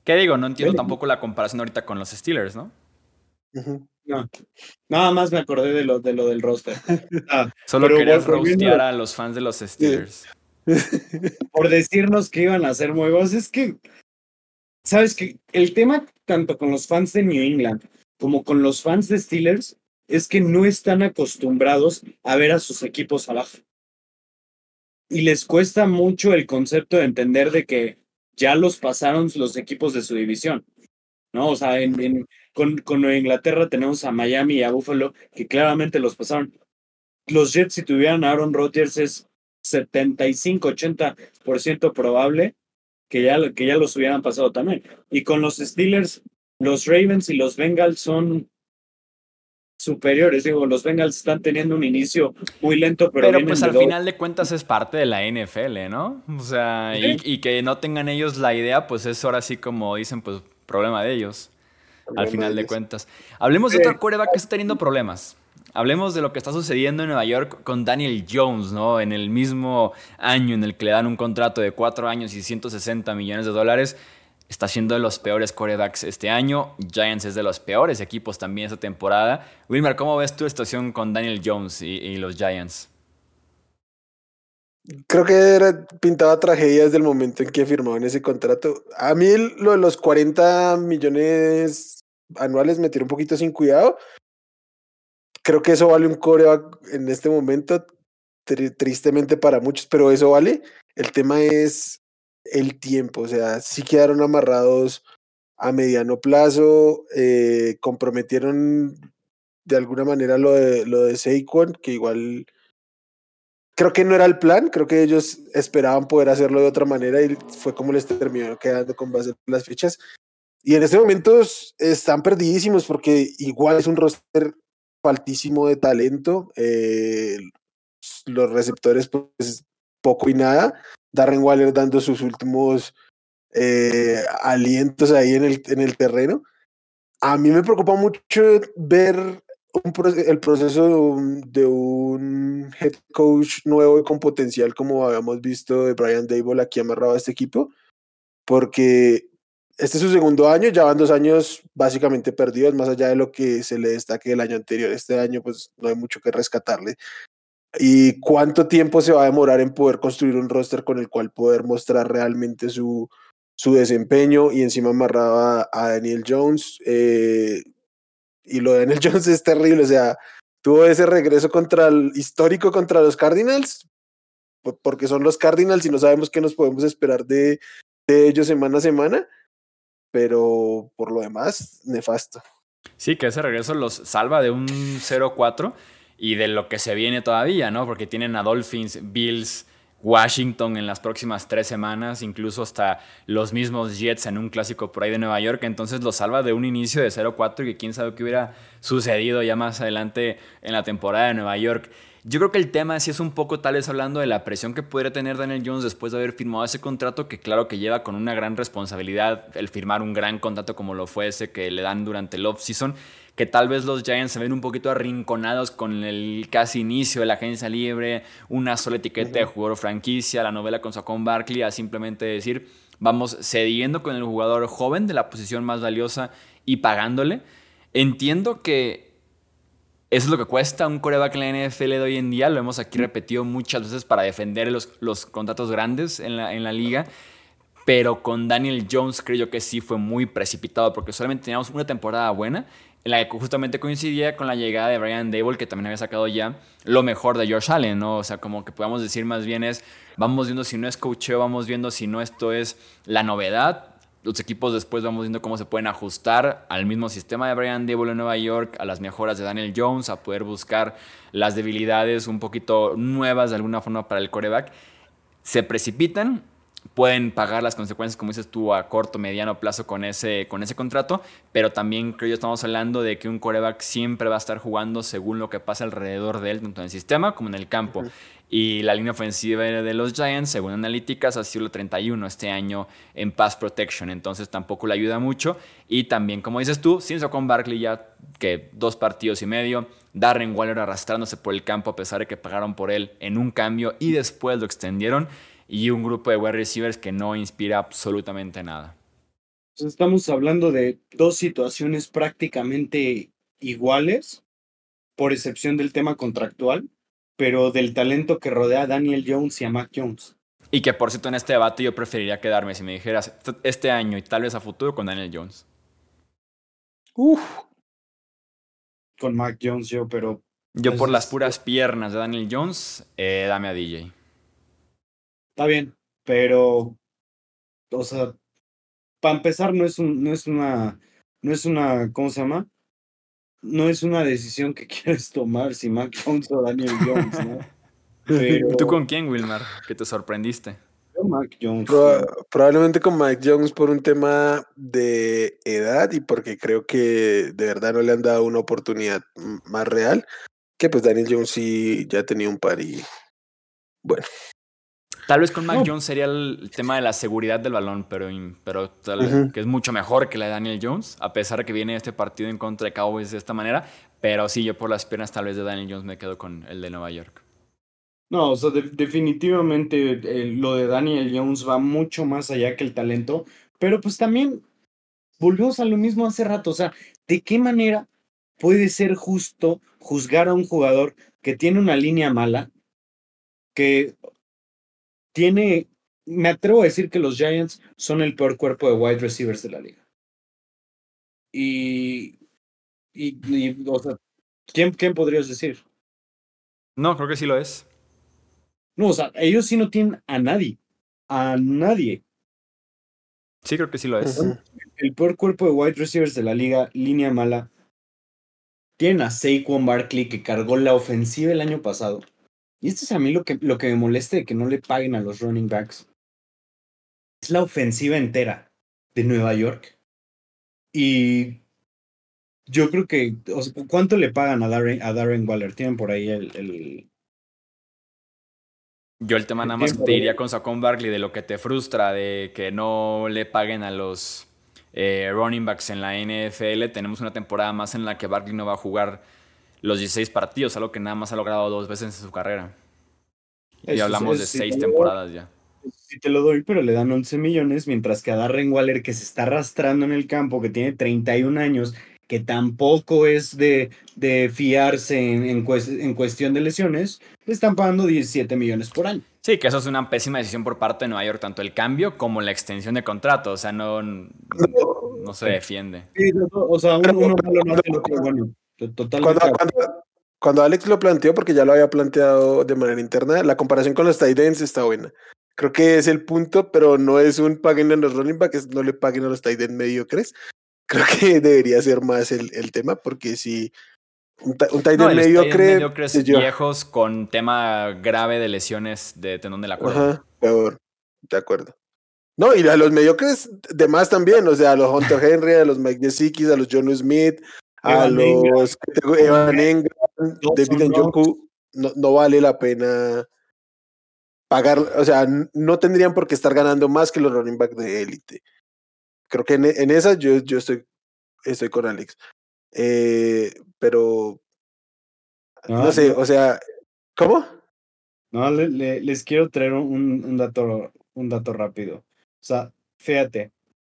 ¿Qué digo? No entiendo Vele. tampoco la comparación ahorita con los Steelers, ¿no? No, nada más me acordé de lo del roster. Solo Pero querías volviendo roastear a los fans de los Steelers. por decirnos que iban a ser muy buenos, es que, ¿sabes que el tema tanto con los fans de New England como con los fans de Steelers es que no están acostumbrados a ver a sus equipos abajo? Y les cuesta mucho el concepto de entender de que ya los pasaron los equipos de su división, ¿no? O sea, con Nueva Inglaterra tenemos a Miami y a Buffalo, que claramente los pasaron. Los Jets, si tuvieran a Aaron Rodgers, es 75-80% probable que ya los hubieran pasado también. Y con los Steelers, los Ravens y los Bengals son superiores. Digo, los Bengals están teniendo un inicio muy lento, pero Pero vienen pues de al dos. final de cuentas es parte de la NFL, ¿no? O sea, y que no tengan ellos la idea, pues es ahora sí como dicen, pues problema de ellos, al Problema final de de ellos. cuentas. Hablemos de otro quarterback que está teniendo problemas. Hablemos de lo que está sucediendo en Nueva York con Daniel Jones, ¿no? En el mismo año en el que le dan un contrato de 4 años y $160 millones, está siendo de los peores quarterbacks este año. Giants es de los peores equipos también esta temporada. Wilmar, ¿cómo ves tu situación con Daniel Jones y los Giants? Creo que pintaba tragedia desde el momento en que firmaban ese contrato. A mí lo de los 40 millones anuales me tiró un poquito sin cuidado. Creo que eso vale un coreback en este momento, tristemente para muchos, pero eso vale. El tema es el tiempo, o sea, sí quedaron amarrados a mediano plazo, comprometieron de alguna manera lo de Saquon, que igual creo que no era el plan, creo que ellos esperaban poder hacerlo de otra manera y fue como les terminó quedando con base en las fechas. Y en este momento están perdidísimos porque igual es un roster faltísimo de talento. Los receptores, pues poco y nada. Darren Waller dando sus últimos alientos ahí en el terreno. A mí me preocupa mucho ver el proceso de un head coach nuevo y con potencial, como habíamos visto de Brian Daboll aquí amarrado a este equipo, porque este es su segundo año, ya van 2 años básicamente perdidos, más allá de lo que se le destaque del año anterior. Este año, pues no hay mucho que rescatarle. ¿Y cuánto tiempo se va a demorar en poder construir un roster con el cual poder mostrar realmente su desempeño y encima amarrado a Daniel Jones? Y lo de Daniel Jones es terrible, o sea, tuvo ese regreso histórico contra los Cardinals, porque son los Cardinals y no sabemos qué nos podemos esperar de ellos semana a semana, pero por lo demás, nefasto. Sí, que ese regreso los salva de un 0-4 y de lo que se viene todavía, ¿no? Porque tienen a Dolphins, Bills, Washington en las próximas 3 semanas, incluso hasta los mismos Jets en un clásico por ahí de Nueva York. Entonces los salva de un inicio de 0-4 y que quién sabe qué hubiera sucedido ya más adelante en la temporada de Nueva York. Yo creo que el tema sí es un poco tal vez hablando de la presión que pudiera tener Daniel Jones después de haber firmado ese contrato, que claro que lleva con una gran responsabilidad el firmar un gran contrato como lo fue ese que le dan durante el offseason, que tal vez los Giants se ven un poquito arrinconados con el casi inicio de la agencia libre, una sola etiqueta de jugador franquicia, la novela con Saquon Barkley, a simplemente decir, vamos cediendo con el jugador joven de la posición más valiosa y pagándole. Entiendo que eso es lo que cuesta un quarterback en la NFL de hoy en día. Lo hemos aquí repetido muchas veces para defender los contratos grandes en la liga. Pero con Daniel Jones creo yo que sí fue muy precipitado porque solamente teníamos una temporada buena en la que justamente coincidía con la llegada de Brian Daboll, que también había sacado ya lo mejor de Josh Allen, ¿no? O sea, como que podamos decir más bien es, vamos viendo si no es coacheo, vamos viendo si no esto es la novedad. Los equipos después vamos viendo cómo se pueden ajustar al mismo sistema de Brian Daboll en Nueva York, a las mejoras de Daniel Jones, a poder buscar las debilidades un poquito nuevas de alguna forma para el quarterback. Se precipitan, pueden pagar las consecuencias, como dices tú, a corto, mediano plazo con ese contrato, pero también creo que estamos hablando de que un quarterback siempre va a estar jugando según lo que pasa alrededor de él, tanto en el sistema como en el campo. Y la línea ofensiva de los Giants, según analíticas, ha sido el 31 este año en pass protection, entonces tampoco le ayuda mucho. Y también, como dices tú, sin Saquon Barkley ya que 2 partidos y medio, Darren Waller arrastrándose por el campo a pesar de que pagaron por él en un cambio y después lo extendieron, y un grupo de wide receivers que no inspira absolutamente nada. Pues estamos hablando de dos situaciones prácticamente iguales, por excepción del tema contractual, pero del talento que rodea a Daniel Jones y a Mac Jones. Y que por cierto en este debate yo preferiría quedarme, si me dijeras, este año y tal vez a futuro, con Daniel Jones. Uf, Con Mac Jones yo, pero Yo por eso las es, puras piernas de Daniel Jones, dame a DJ. está bien, pero, o sea, para empezar no es una, ¿cómo se llama? No es una decisión que quieres tomar si Mac Jones o Daniel Jones, ¿no? ¿Tú Pero con quién, Wilmar? Que te sorprendiste. yo Mac Jones, sí. probablemente con Mike Jones por un tema de edad y porque creo que de verdad no le han dado una oportunidad más real, que pues Daniel Jones sí ya tenía un par y bueno. Tal vez con Mac No, Jones sería el tema de la seguridad del balón, pero Ujú. que es mucho mejor que la de Daniel Jones, a pesar de que viene este partido en contra de Cowboys de esta manera. Pero sí, yo por las piernas tal vez de Daniel Jones me quedo con el de Nueva York. no, o sea, definitivamente lo de Daniel Jones va mucho más allá que el talento, pero pues también volvemos a lo mismo hace rato, o sea, ¿de qué manera puede ser justo juzgar a un jugador que tiene una línea mala, que me atrevo a decir que los Giants son el peor cuerpo de wide receivers de la liga? Y, o sea, ¿quién podrías decir? No, creo que sí lo es. No, o sea, ellos sí no tienen a nadie. Sí, creo que sí lo es. Ujú. El peor cuerpo de wide receivers de la liga, línea mala. Tienen a Saquon Barkley que cargó la ofensiva el año pasado. Y esto es a mí lo que me molesta de que no le paguen a los running backs. Es la ofensiva entera de Nueva York. Y yo creo que, o sea, ¿cuánto le pagan a Darren Waller? Tienen por ahí Yo el tema nada más tienen que por te ahí diría con Saquon Barkley de lo que te frustra de que no le paguen a los running backs en la NFL. Tenemos una temporada más en la que Barkley no va a jugar los 16 partidos, algo que nada más ha logrado 2 veces en su carrera. Y hablamos eso de sí, 6 temporadas ya. sí te lo doy, pero le dan 11 millones, mientras que a Darren Waller, que se está arrastrando en el campo, que tiene 31 años, que tampoco es de fiarse en cuestión de lesiones, le están pagando 17 millones por año. Sí, que eso es una pésima decisión por parte de Nueva York, tanto el cambio como la extensión de contrato. O sea, no se defiende. Sí, o sea, Pero, uno malo no pero hace el otro bueno. cuando, Totalmente. cuando Alex lo planteó, porque ya lo había planteado de manera interna, la comparación con los tight ends está buena. Creo que es el punto, pero no es un paguen a los running backs, no le paguen a los tight ends mediocres. Creo que debería ser más el tema, porque si un tight No, end el Stadium mediocre, mediocres yo, viejos con tema grave de lesiones de tendón de la cuerda. ajá, peor, de acuerdo. No, y a los mediocres demás también, o sea, a los Hunter Henry, a los Mike Gesicki, a los John Smith, a Evan Engram, los Evan Engram, David Dawson Knox. Njoku, no vale la pena pagar, o sea, no tendrían por qué estar ganando más que los running back de élite. Creo que en esa yo estoy con Alex. Pero no No, sé, o sea, ¿cómo? no, les quiero traer un dato rápido. O sea, fíjate,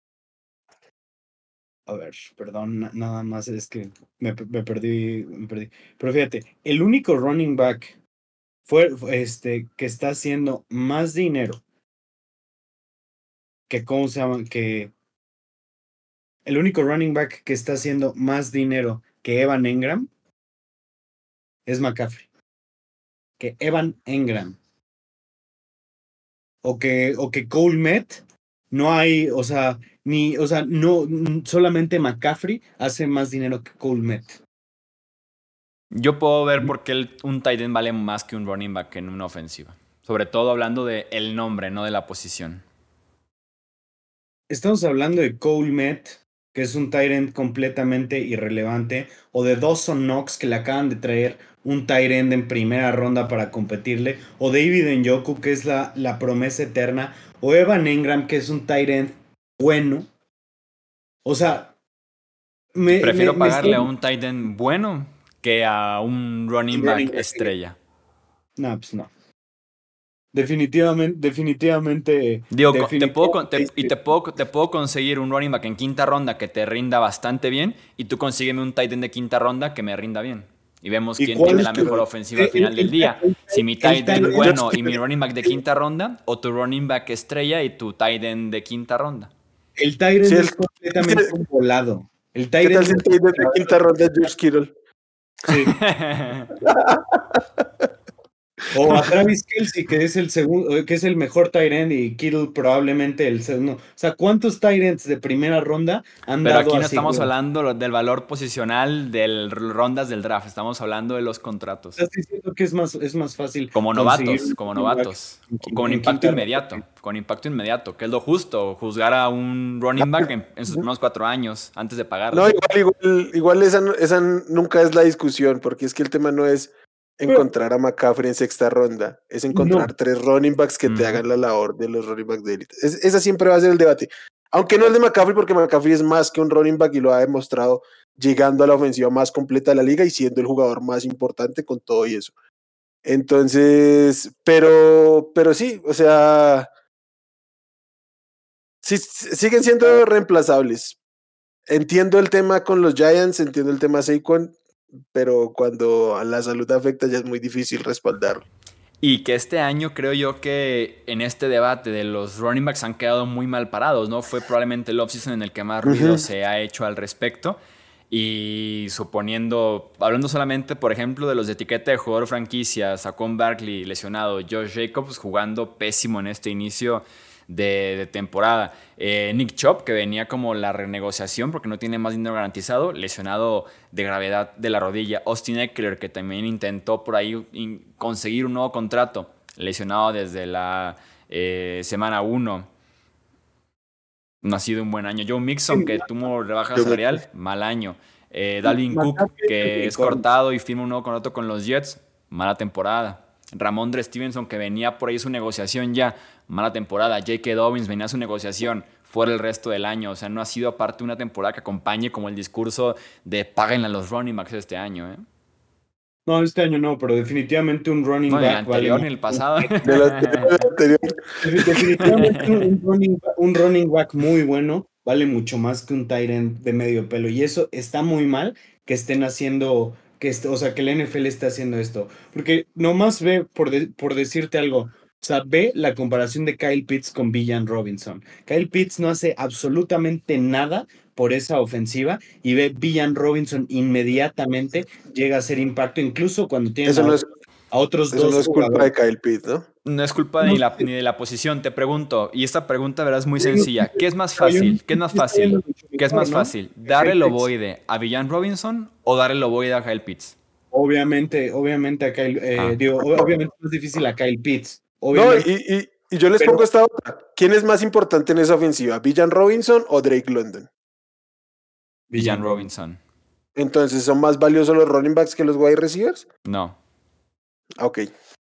a ver, perdón, nada más es que me perdí. Pero fíjate, el único running back que está haciendo más dinero que, ¿cómo se llama? Que el único running back que está haciendo más dinero que Evan Engram es McCaffrey. Que Evan Engram. O que Cole Met, no hay, o sea, no, solamente McCaffrey hace más dinero que Cole Met. Yo puedo ver por qué un tight end vale más que un running back en una ofensiva. Sobre todo hablando de el nombre, no de la posición. Estamos hablando de Cole Met, que es un tight end completamente irrelevante, o de Dawson Knox, que le acaban de traer un tight end en primera ronda para competirle, o David Njoku, que es la promesa eterna, o Evan Engram, que es un tight end bueno. O sea, Prefiero me pagarle a estoy... un tight end bueno que a un running Running back back. estrella. No, pues no. definitivamente, Digo, definitivamente. te puedo conseguir un running back en quinta ronda que te rinda bastante bien y tú consígueme un tight end de quinta ronda que me rinda bien. Y vemos ¿Y quién cuál tiene es la tu, mejor Pero ofensiva al final del día. Si mi el tight tight end end? bueno y mi running back de quinta ronda o tu running back estrella y tu tight end de quinta ronda. El tight si end el, es completamente un volado. El tight ¿qué tal end si el nunca tight end se de va a ver quinta lo que ronda es George Kittle? sí. O a Travis Kelce, que es el segundo, que es el mejor tight end, y Kittle probablemente el segundo. O sea, ¿cuántos tight ends de primera ronda han Pero dado aquí no así, estamos güey? hablando del valor posicional de rondas del draft, estamos hablando de los contratos. Estás diciendo que es más fácil conseguir un Como running back novatos, en quinta ronda. con impacto inmediato, que es lo justo, juzgar a un running back en sus primeros 4 años antes de No, pagarle. igual esa, esa nunca es la discusión, porque es que el tema no es Pero encontrar a McCaffrey en sexta ronda, es no, encontrar tres running backs que te Ujú. hagan la labor de los running backs de élite. Esa siempre va a ser el debate. Aunque no el de McCaffrey, porque McCaffrey es más que un running back y lo ha demostrado llegando a la ofensiva más completa de la liga y siendo el jugador más importante con todo y eso. Entonces, pero sí, o sea, sí, siguen siendo reemplazables. Entiendo el tema con los Giants, entiendo el tema Saquon, pero cuando a la salud afecta ya es muy difícil respaldarlo. Y que este año creo yo que en este debate de los running backs han quedado muy mal parados, ¿no? Fue probablemente el offseason en el que más ruido Ujú. se ha hecho al respecto. Y suponiendo, hablando solamente, por ejemplo, de los de etiqueta de jugador franquicia, Saquon Barkley lesionado, Josh Jacobs jugando pésimo en este inicio de temporada. Nick Chubb, que venía como la renegociación porque no tiene más dinero garantizado, lesionado de gravedad de la rodilla. Austin Eckler, que también intentó por ahí conseguir un nuevo contrato, lesionado desde la semana 1. No ha sido un buen año. Joe Mixon, que tuvo rebaja Yo me- salarial, mal año. Dalvin Cook, McCaffrey es que es unicornio. cortado y firma un nuevo contrato con los Jets, mala temporada. Ramondre Stevenson, que venía por ahí su negociación ya, mala temporada. J.K. Dobbins venía su negociación fuera el resto del año. O sea, no ha sido aparte una temporada que acompañe como el discurso de paguen a los running backs este año. No, este año no, pero definitivamente un running No, ni el back vale anterior más. ni el pasado. del anterior. Definitivamente un running back muy bueno vale mucho más que un tight end de medio pelo. Y eso está muy mal que estén haciendo, o sea, que la NFL esté haciendo esto. Porque nomás ve, por decirte algo, o sea, ve la comparación de Kyle Pitts con Villan Robinson. Kyle Pitts no hace absolutamente nada por esa ofensiva y ve Villan Robinson inmediatamente llega a hacer impacto, incluso cuando tienen Eso no es, a otros eso no dos es culpa de jugadores. Kyle Pitt, ¿no? No es culpa No, ni de la posición, te pregunto, y esta pregunta verás muy pero sencilla. ¿Qué es más yo no fácil? ¿Qué es sé más si está yendo fácil? mucho ¿Qué es mejor, más ¿no? fácil? Que ¿Dar Kyle el Pitts. ovoide a Villan Robinson o dar el ovoide a Kyle Pitts? Obviamente a Kyle, Ah, obviamente es más difícil a Kyle Pitts, No, obviamente, y yo les pero pongo esta otra. ¿Quién es más importante en esa ofensiva? ¿Villan Robinson o Drake London? Villan Villan Robinson. Robinson. Entonces, ¿son más valiosos los running backs que los wide receivers? No. Ah, ok.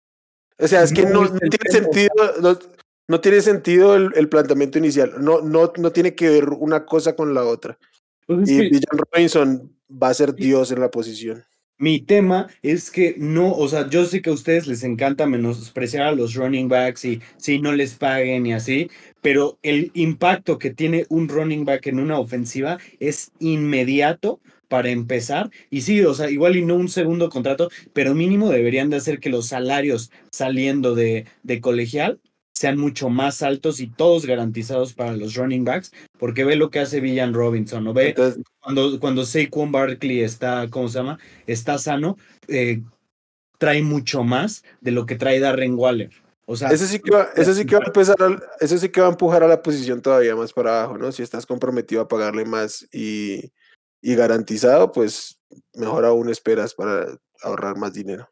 O sea, es que No no, es no el tiene tema, o sentido, sea, no tiene sentido el planteamiento inicial. No tiene que ver una cosa con la otra. pues es Y que Villan Robinson va a ser Dios en la posición. mi tema es que no, o sea, yo sé que a ustedes les encanta menospreciar a los running backs y si no les paguen y así, pero el impacto que tiene un running back en una ofensiva es inmediato para empezar. Y sí, o sea, igual y no un segundo contrato, pero mínimo deberían de hacer que los salarios saliendo de colegial sean mucho más altos y todos garantizados para los running backs, porque ve lo que hace Villan Robinson, o ve Entonces, cuando Saquon Barkley está, ¿cómo se llama? Está sano, trae mucho más de lo que trae Darren Waller. O sea, ese sí que va a eso sí que va a empujar a la posición todavía más para abajo, ¿no? Si estás comprometido a pagarle más y garantizado, pues mejor aún esperas para ahorrar más dinero.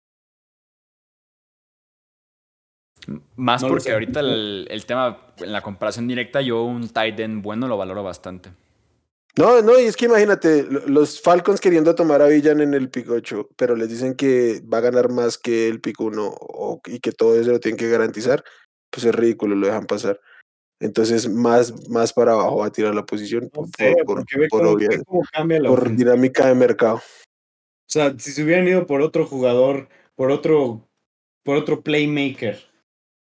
Más no lo porque sé. ahorita el tema, en la comparación directa, yo un tight end bueno lo valoro bastante. No, y es que imagínate, los Falcons queriendo tomar a Villan en el pick 8, pero les dicen que va a ganar más que el pick 1 y que todo eso lo tienen que garantizar, pues es ridículo, lo dejan pasar. Entonces, más para abajo va a tirar la posición No sé, porque ve cómo cambia la por ofensiva. dinámica de mercado. O sea, si se hubieran ido por otro jugador, por otro playmaker,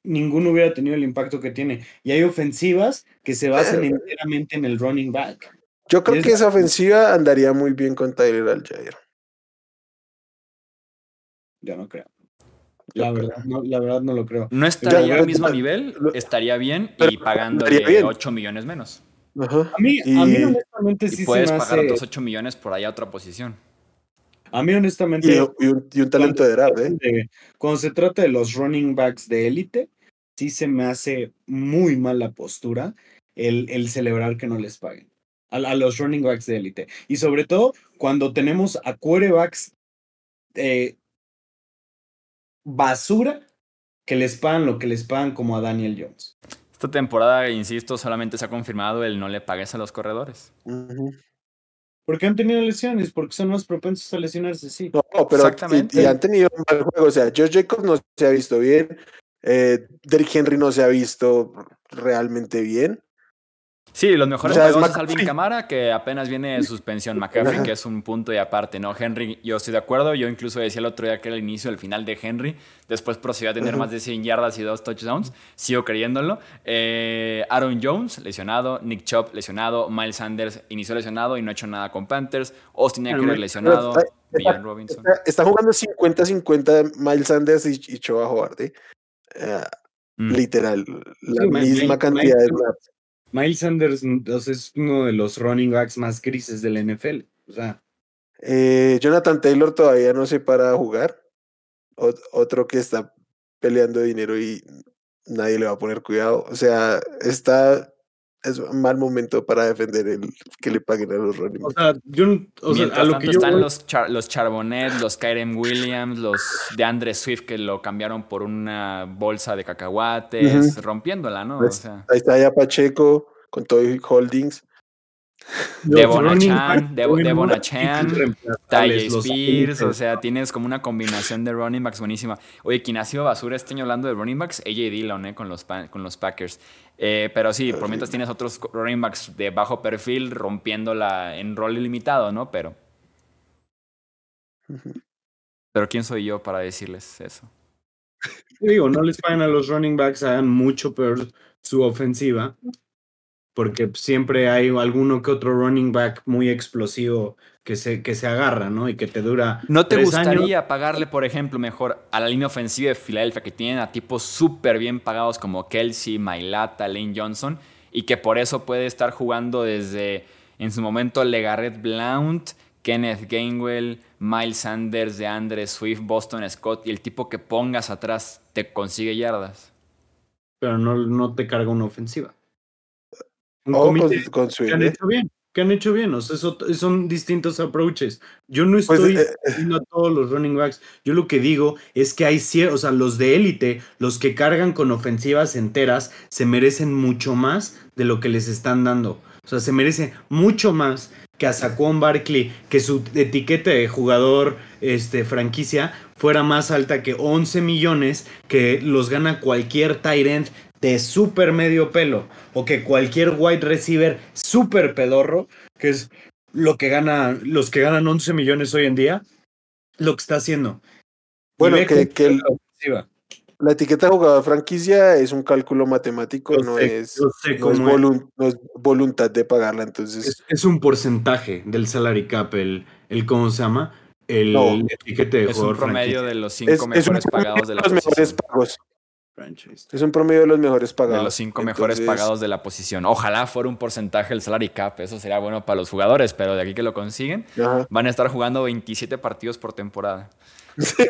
ninguno hubiera tenido el impacto que tiene. Y hay ofensivas que se basan enteramente en el running back. Yo creo que esa ofensiva andaría muy bien con Tyler Algier. Yo no creo. La verdad no lo creo. No estaría al mismo nivel, estaría bien y pagándole 8 millones menos. Ajá. A mí honestamente sí y puedes se me pagar hace... otros 8 millones por ahí a otra posición. A mí honestamente... Y un talento de draft, cuando se trata de los running backs de élite, sí se me hace muy mala postura el celebrar que no les paguen a los running backs de élite. Y sobre todo cuando tenemos a quarterbacks basura que les pagan lo que les pagan, como a Daniel Jones. Esta temporada, insisto, solamente se ha confirmado el no le pagues a los corredores. Porque han tenido lesiones, porque son más propensos a lesionarse, sí. No, pero exactamente. Y han tenido un mal juego. O sea, Josh Jacobs no se ha visto bien. Derrick Henry no se ha visto realmente bien. Sí, los mejores pagados es Alvin Kamara, que apenas viene de suspensión. McCaffrey, que es un punto y aparte, ¿no? Henry, yo estoy de acuerdo. Yo incluso decía el otro día que era el inicio, el final de Henry. Después procedió a tener más de 100 yardas y 2 touchdowns. Sigo creyéndolo. Aaron Jones, lesionado. Nick Chubb, lesionado. Miles Sanders inició lesionado y no ha hecho nada con Panthers. Austin Eckler, lesionado. Villan Robinson. Está jugando 50-50 Miles Sanders y Choba Howard, Literal, la misma cantidad de snaps. Miles Sanders es uno de los running backs más grises del NFL. O sea. Jonathan Taylor todavía no se para a jugar. Otro que está peleando dinero y nadie le va a poner cuidado. O sea, es un mal momento para defender el que le paguen a los running backs. A lo que están los Charbonnet, los Kyren Williams, los DeAndre Swift que lo cambiaron por una bolsa de cacahuates, rompiéndola, ¿no? Pues, ahí está ya Pacheco con Toy Holdings. Devon Achane, Taye Spears, o sea, tienes como una combinación de running backs buenísima. Oye, quien ha sido basura este año hablando de running backs, AJ Dillon, con los Packers. Pero sí, por mientras tienes otros running backs de bajo perfil rompiéndola en rol ilimitado, ¿no? Pero ¿quién soy yo para decirles eso? Digo, no les pagan a los running backs, hagan mucho peor su ofensiva. Porque siempre hay alguno que otro running back muy explosivo que se agarra, ¿no? Y que te dura. ¿No te gustaría pagarle, por ejemplo, mejor a la línea ofensiva de Filadelfia, que tienen a tipos súper bien pagados como Kelsey, Mailata, Lane Johnson, y que por eso puede estar jugando desde, en su momento, LeGarrette Blount, Kenneth Gainwell, Miles Sanders, DeAndre Swift, Boston Scott, y el tipo que pongas atrás te consigue yardas? Pero no te carga una ofensiva. Que han hecho bien, o sea, son distintos approaches. Yo no estoy diciendo a todos los running backs. Yo lo que digo es que hay o sea, los de élite, los que cargan con ofensivas enteras, se merecen mucho más de lo que les están dando. O sea, se merece mucho más que a Saquon Barkley, que su etiqueta de jugador franquicia fuera más alta que 11 millones que los gana cualquier tight end de súper medio pelo, o que cualquier wide receiver súper pedorro, que es lo que gana, los que ganan 11 millones hoy en día, lo que está haciendo. Bueno, la etiqueta de jugador franquicia es un cálculo matemático, no es voluntad de pagarla, entonces... Es un porcentaje del salary cap, el ¿cómo se llama? El etiquete de jugador franquicia. Es un promedio de los 5 mejores pagados de la posición. Es un promedio de los mejores pagados. De los 5 mejores pagados de la posición. Ojalá fuera un porcentaje el salary cap. Eso sería bueno para los jugadores, pero de aquí que lo consiguen, van a estar jugando 27 partidos por temporada. Sí.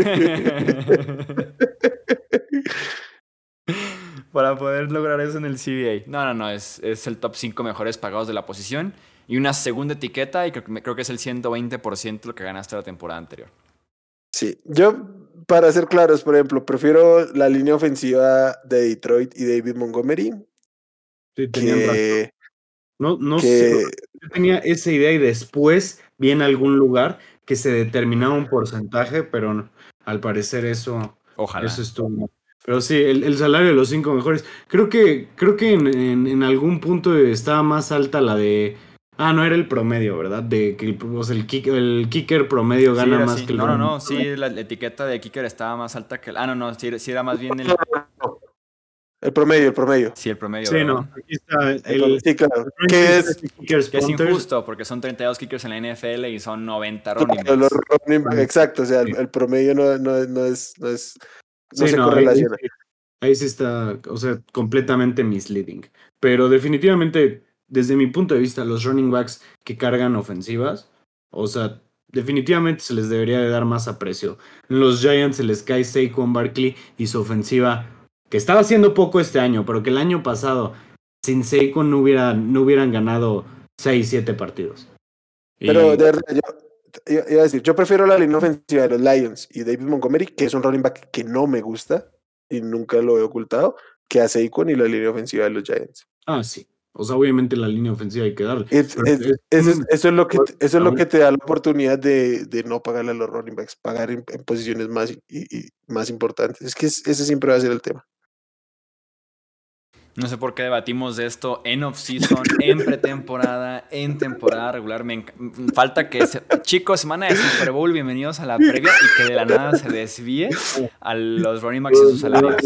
Para poder lograr eso en el CBA. No. Es el top 5 mejores pagados de la posición. Y una segunda etiqueta, y creo que es el 120% lo que ganaste la temporada anterior. Sí, yo, para ser claros, por ejemplo, prefiero la línea ofensiva de Detroit y David Montgomery. Sí, tenían razón. Sé, yo tenía esa idea y después vi en algún lugar que se determinaba un porcentaje, pero al parecer eso estuvo. Pero sí, el salario de los 5 mejores. Creo que en algún punto estaba más alta la de... no era el promedio, ¿verdad? De que el kicker promedio gana más que el... Sí, la etiqueta de kicker estaba más alta que el... sí era más bien el... El promedio. Sí, el promedio. Sí, ¿verdad? no. Aquí está Sí, claro. que es kickers Que es punters. injusto, porque son 32 kickers en la NFL y son 90 claro, running los backs. running back, exacto, o sea, el promedio no Sí, se no, correlaciona. ahí sí está, o sea, completamente misleading. Pero definitivamente, desde mi punto de vista, los running backs que cargan ofensivas, o sea, definitivamente se les debería de dar más aprecio. En los Giants se les cae Saquon Barkley y su ofensiva, que estaba haciendo poco este año, pero que el año pasado, sin Saquon no hubieran ganado 6, 7 partidos. Pero Y de verdad, yo iba a decir, yo prefiero la línea ofensiva de los Lions y David Montgomery, que es un running back que no me gusta y nunca lo he ocultado, que a Saquon y la línea ofensiva de los Giants. sí. O sea, obviamente la línea ofensiva hay que darle. Eso es lo que te da la oportunidad de no pagarle a los running backs, pagar en posiciones y más importantes. Es que ese siempre va a ser el tema. No sé por qué debatimos de esto en off-season, en pretemporada, en temporada regular. Falta que... Chicos, semana de Super Bowl, bienvenidos a la previa y que de la nada se desvíe a los running backs y sus salarios.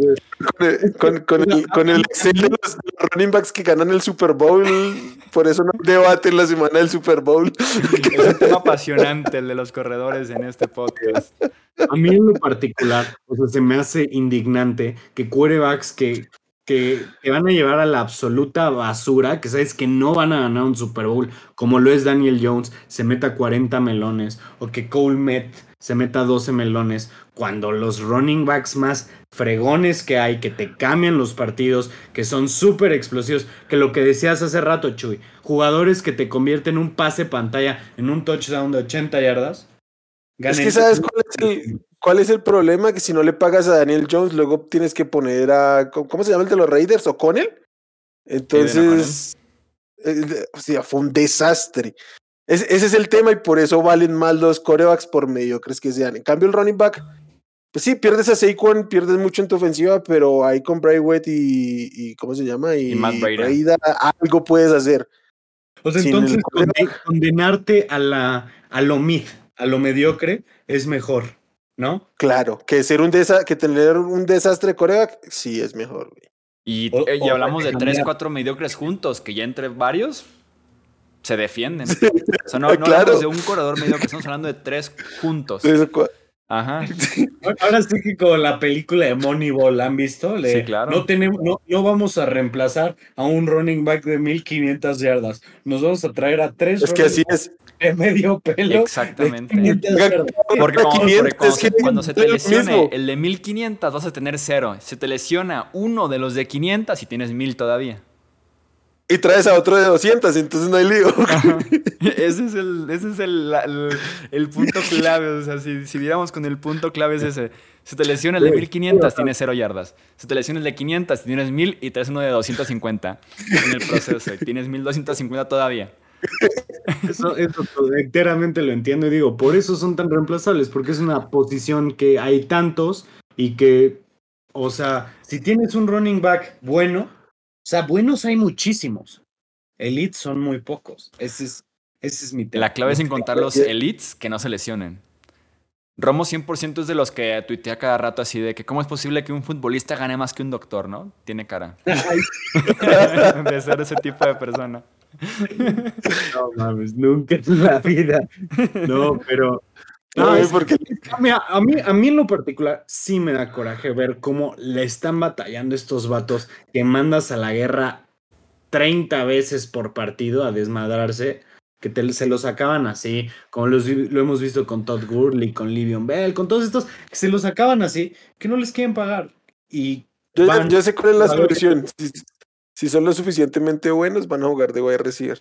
Con el Excel de los running backs que ganan el Super Bowl, por eso no hay debate en la semana del Super Bowl. Es un tema apasionante el de los corredores en este podcast. A mí en lo particular, o sea, se me hace indignante que quarterbacks que van a llevar a la absoluta basura, que sabes que no van a ganar un Super Bowl, como lo es Daniel Jones, se meta 40 melones, o que Cole Met se meta 12 melones, cuando los running backs más fregones que hay, que te cambian los partidos, que son súper explosivos, que lo que decías hace rato, Chuy, jugadores que te convierten un pase pantalla en un touchdown de 80 yardas. Es que ¿sabes cuál es el problema? Que si no le pagas a Daniel Jones, luego tienes que poner a... ¿Cómo se llama el de los Raiders? ¿O'Connell? Entonces... o sea, fue un desastre. Ese es el tema y por eso valen más los quarterbacks por mediocres que sean. En cambio, el running back, pues sí, pierdes a Saquon, pierdes mucho en tu ofensiva, pero ahí con Braithwaite y ¿cómo se llama? Y Matt Breida. Algo puedes hacer. O sea, entonces condenarte a lo mid, a lo mediocre, es mejor, ¿no? Claro, que tener un desastre de quarterback, sí es mejor, güey. Y hablamos de 3, 4 mediocres juntos, que ya entre varios se defienden. O sea, no hablamos de un corredor mediocre, estamos hablando de 3 juntos. Ajá. Ahora sí que con la película de Moneyball, ¿han visto? Sí, claro. No vamos a reemplazar a un running back de 1500 yardas. Nos vamos a traer a 3 es que así es. De medio pelo. Exactamente. Porque cuando se te lesione el de 1500 vas a tener 0. Se te lesiona uno de los de 500 y tienes 1000 todavía. Y traes a otro de 200, entonces no hay lío. Ese es el punto clave. O sea, si viéramos con el punto clave es ese. Se te lesiona el de 1500, tienes 0 yardas. Se te lesiona el de 500, tienes 1000 y traes uno de 250 en el proceso. Y tienes 1250 todavía. Eso enteramente lo entiendo y digo, por eso son tan reemplazables, porque es una posición que hay tantos y que, o sea, si tienes un running back bueno, o sea, buenos hay muchísimos, elites son muy pocos, ese es mi tema. La clave es encontrar los elites que no se lesionen. Romo 100% es de los que tuitea cada rato así de que cómo es posible que un futbolista gane más que un doctor, ¿no? Tiene cara de ser ese tipo de persona. No mames, nunca en la vida. No, pero porque a mí en lo particular sí me da coraje ver cómo le están batallando estos vatos que mandas a la guerra 30 veces por partido a desmadrarse, que se los acaban así, como lo hemos visto con Todd Gurley, con Le'Veon Bell, con todos estos que se los acaban así, que no les quieren pagar. Y yo sé cuál es la solución. Si son lo suficientemente buenos, van a jugar de wide receiver.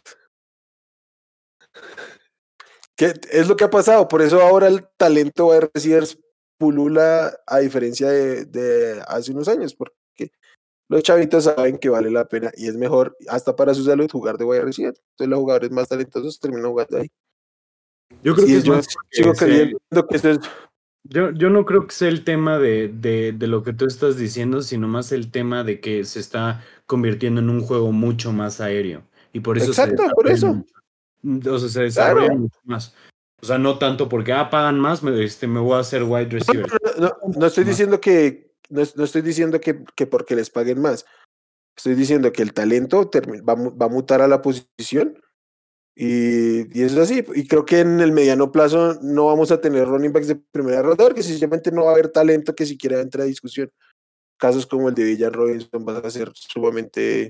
¿Qué es lo que ha pasado? Por eso ahora el talento wide receivers pulula a diferencia de hace unos años, porque los chavitos saben que vale la pena y es mejor, hasta para su salud, jugar de wide receiver. Entonces los jugadores más talentosos terminan jugando ahí. Yo creo que yo sigo creyendo que eso es... Yo no creo que sea el tema de lo que tú estás diciendo, sino más el tema de que se está convirtiendo en un juego mucho más aéreo. Y por eso por eso. O sea, se desarrolla mucho más. O sea, no tanto porque pagan más, me voy a hacer wide receiver. No estoy diciendo que no estoy diciendo que porque les paguen más. Estoy diciendo que el talento va a mutar a la posición y eso es así. Y creo que en el mediano plazo no vamos a tener running backs de primera ronda porque sencillamente no va a haber talento que siquiera entre a discusión. Casos como el de Villan Robinson van a ser sumamente,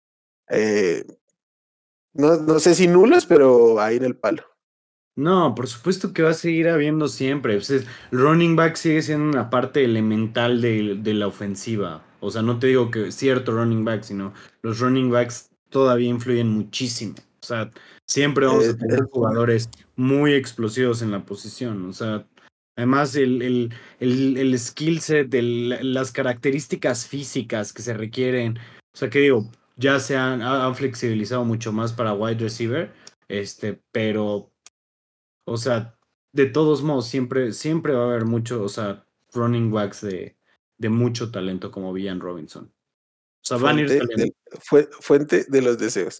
no sé si nulos, pero ahí en el palo. No, por supuesto que va a seguir habiendo siempre. Pues el running back sigue siendo una parte elemental de la ofensiva. O sea, no te digo que cierto running back, sino los running backs todavía influyen muchísimo. O sea, siempre vamos a tener jugadores muy explosivos en la posición. O sea, además el skill set, las características físicas que se requieren. O sea, que digo, ya han flexibilizado mucho más para wide receiver, pero... O sea, de todos modos, siempre va a haber mucho, o sea, running backs de mucho talento como Villan Robinson. O sea, van a ir saliendo. Fuente de los deseos.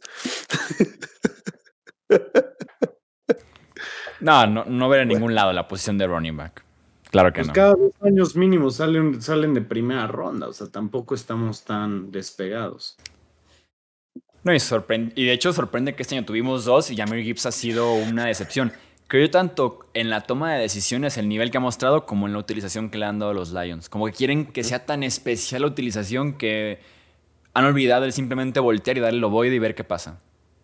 No ver en ningún lado la posición de running back. Claro que Pues no. cada 2 años mínimo salen de primera ronda. O sea, tampoco estamos tan despegados. No, y de hecho sorprende que este año tuvimos 2 y Jahmyr Gibbs ha sido una decepción. Creo tanto en la toma de decisiones, el nivel que ha mostrado, como en la utilización que le han dado los Lions. Como que quieren que sea tan especial la utilización que han olvidado el simplemente voltear y darle el ovoide y ver qué pasa.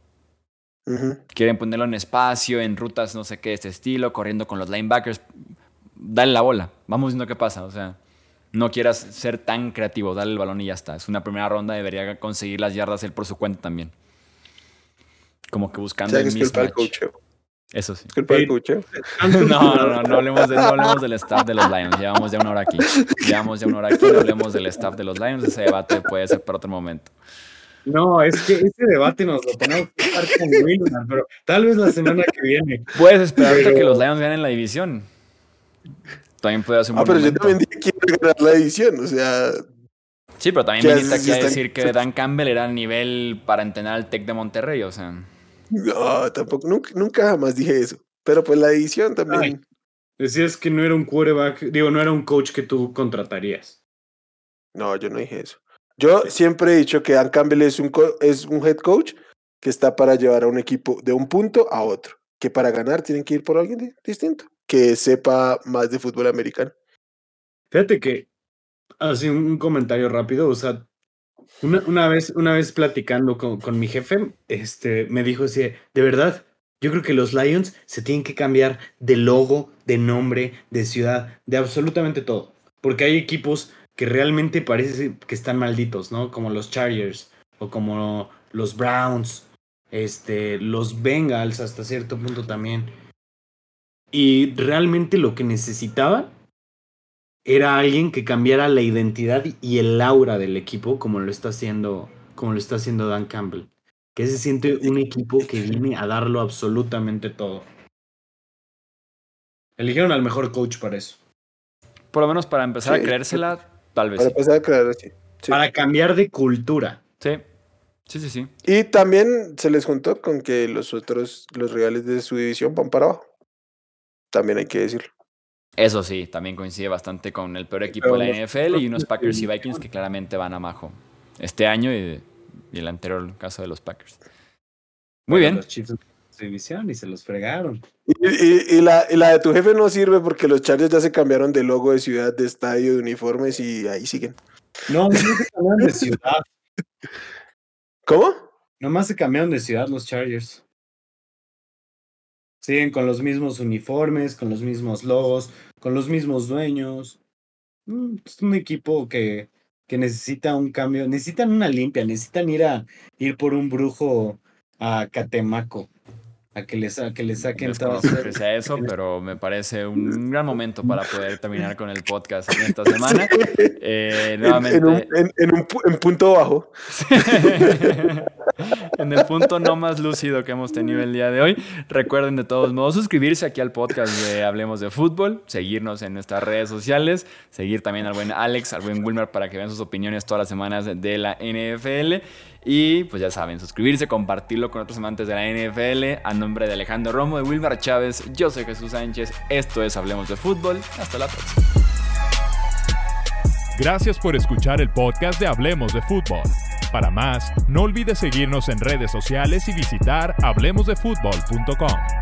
Quieren ponerlo en espacio, en rutas no sé qué de este estilo, corriendo con los linebackers. Dale la bola, vamos viendo qué pasa. O sea, no quieras ser tan creativo, dale el balón y ya está. Es una primera ronda, debería conseguir las yardas él por su cuenta también. Como que buscando el mismatch. Eso sí. No hablemos del staff de los Lions. Llevamos ya una hora aquí. No hablemos del staff de los Lions. Ese debate puede ser para otro momento. No, es que ese debate nos lo tenemos que estar con Wilmer, pero tal vez la semana que viene. Puedes esperarte a que los Lions ganen la división. También puede hacer un buen momento. Yo también dije que iba a ganar la división, o sea... Sí, pero también viniste aquí a decir que Dan Campbell era el nivel para entrenar al Tec de Monterrey, o sea... No, tampoco, nunca jamás dije eso. Pero pues la edición también. Ay, decías que no era un quarterback, no era un coach que tú contratarías. No, yo no dije eso. Yo siempre he dicho que Dan Campbell es un head coach que está para llevar a un equipo de un punto a otro. Que para ganar tienen que ir por alguien distinto, que sepa más de fútbol americano. Fíjate que, así un comentario rápido, o sea, una vez platicando con mi jefe, me dijo así, de verdad, yo creo que los Lions se tienen que cambiar de logo, de nombre, de ciudad, de absolutamente todo. Porque hay equipos que realmente parece que están malditos, ¿no? Como los Chargers o como los Browns, los Bengals hasta cierto punto también. Y realmente lo que necesitaban era alguien que cambiara la identidad y el aura del equipo como lo está haciendo Dan Campbell. Que se siente un equipo que viene a darlo absolutamente todo. Eligieron al mejor coach para eso. Por lo menos para empezar a creérsela, tal vez. Para empezar a creer así. Sí. Para cambiar de cultura. Sí. Y también se les juntó con que los rivales de su división van para abajo. También hay que decirlo. Eso sí, también coincide bastante con el peor equipo de la NFL y unos Packers y Vikings que claramente van abajo este año y el anterior caso de los Packers. Muy bien. Los Chiefs de división y se los fregaron. Y la de tu jefe no sirve porque los Chargers ya se cambiaron de logo, de ciudad, de estadio, de uniformes y ahí siguen. No se cambiaron de ciudad. ¿Cómo? Nomás se cambiaron de ciudad los Chargers. Siguen con los mismos uniformes, con los mismos logos, con los mismos dueños. Es un equipo que necesita un cambio, necesitan una limpia, necesitan ir por un brujo a Catemaco, a que le saquen todo. No sé si sea eso, pero me parece un gran momento para poder terminar con el podcast en esta semana. Nuevamente... en punto bajo. En el punto no más lúcido que hemos tenido el día de hoy. Recuerden de todos modos suscribirse aquí al podcast de Hablemos de Fútbol, seguirnos en nuestras redes sociales, seguir también al buen Alex, al buen Wilmer para que vean sus opiniones todas las semanas de la NFL. Y pues ya saben, suscribirse, compartirlo con otros amantes de la NFL. A nombre de Alejandro Romo, de Wilmer Chávez, yo soy Jesús Sánchez. Esto es Hablemos de Fútbol. Hasta la próxima. Gracias por escuchar el podcast de Hablemos de Fútbol. Para más, no olvides seguirnos en redes sociales y visitar hablemosdefutbol.com.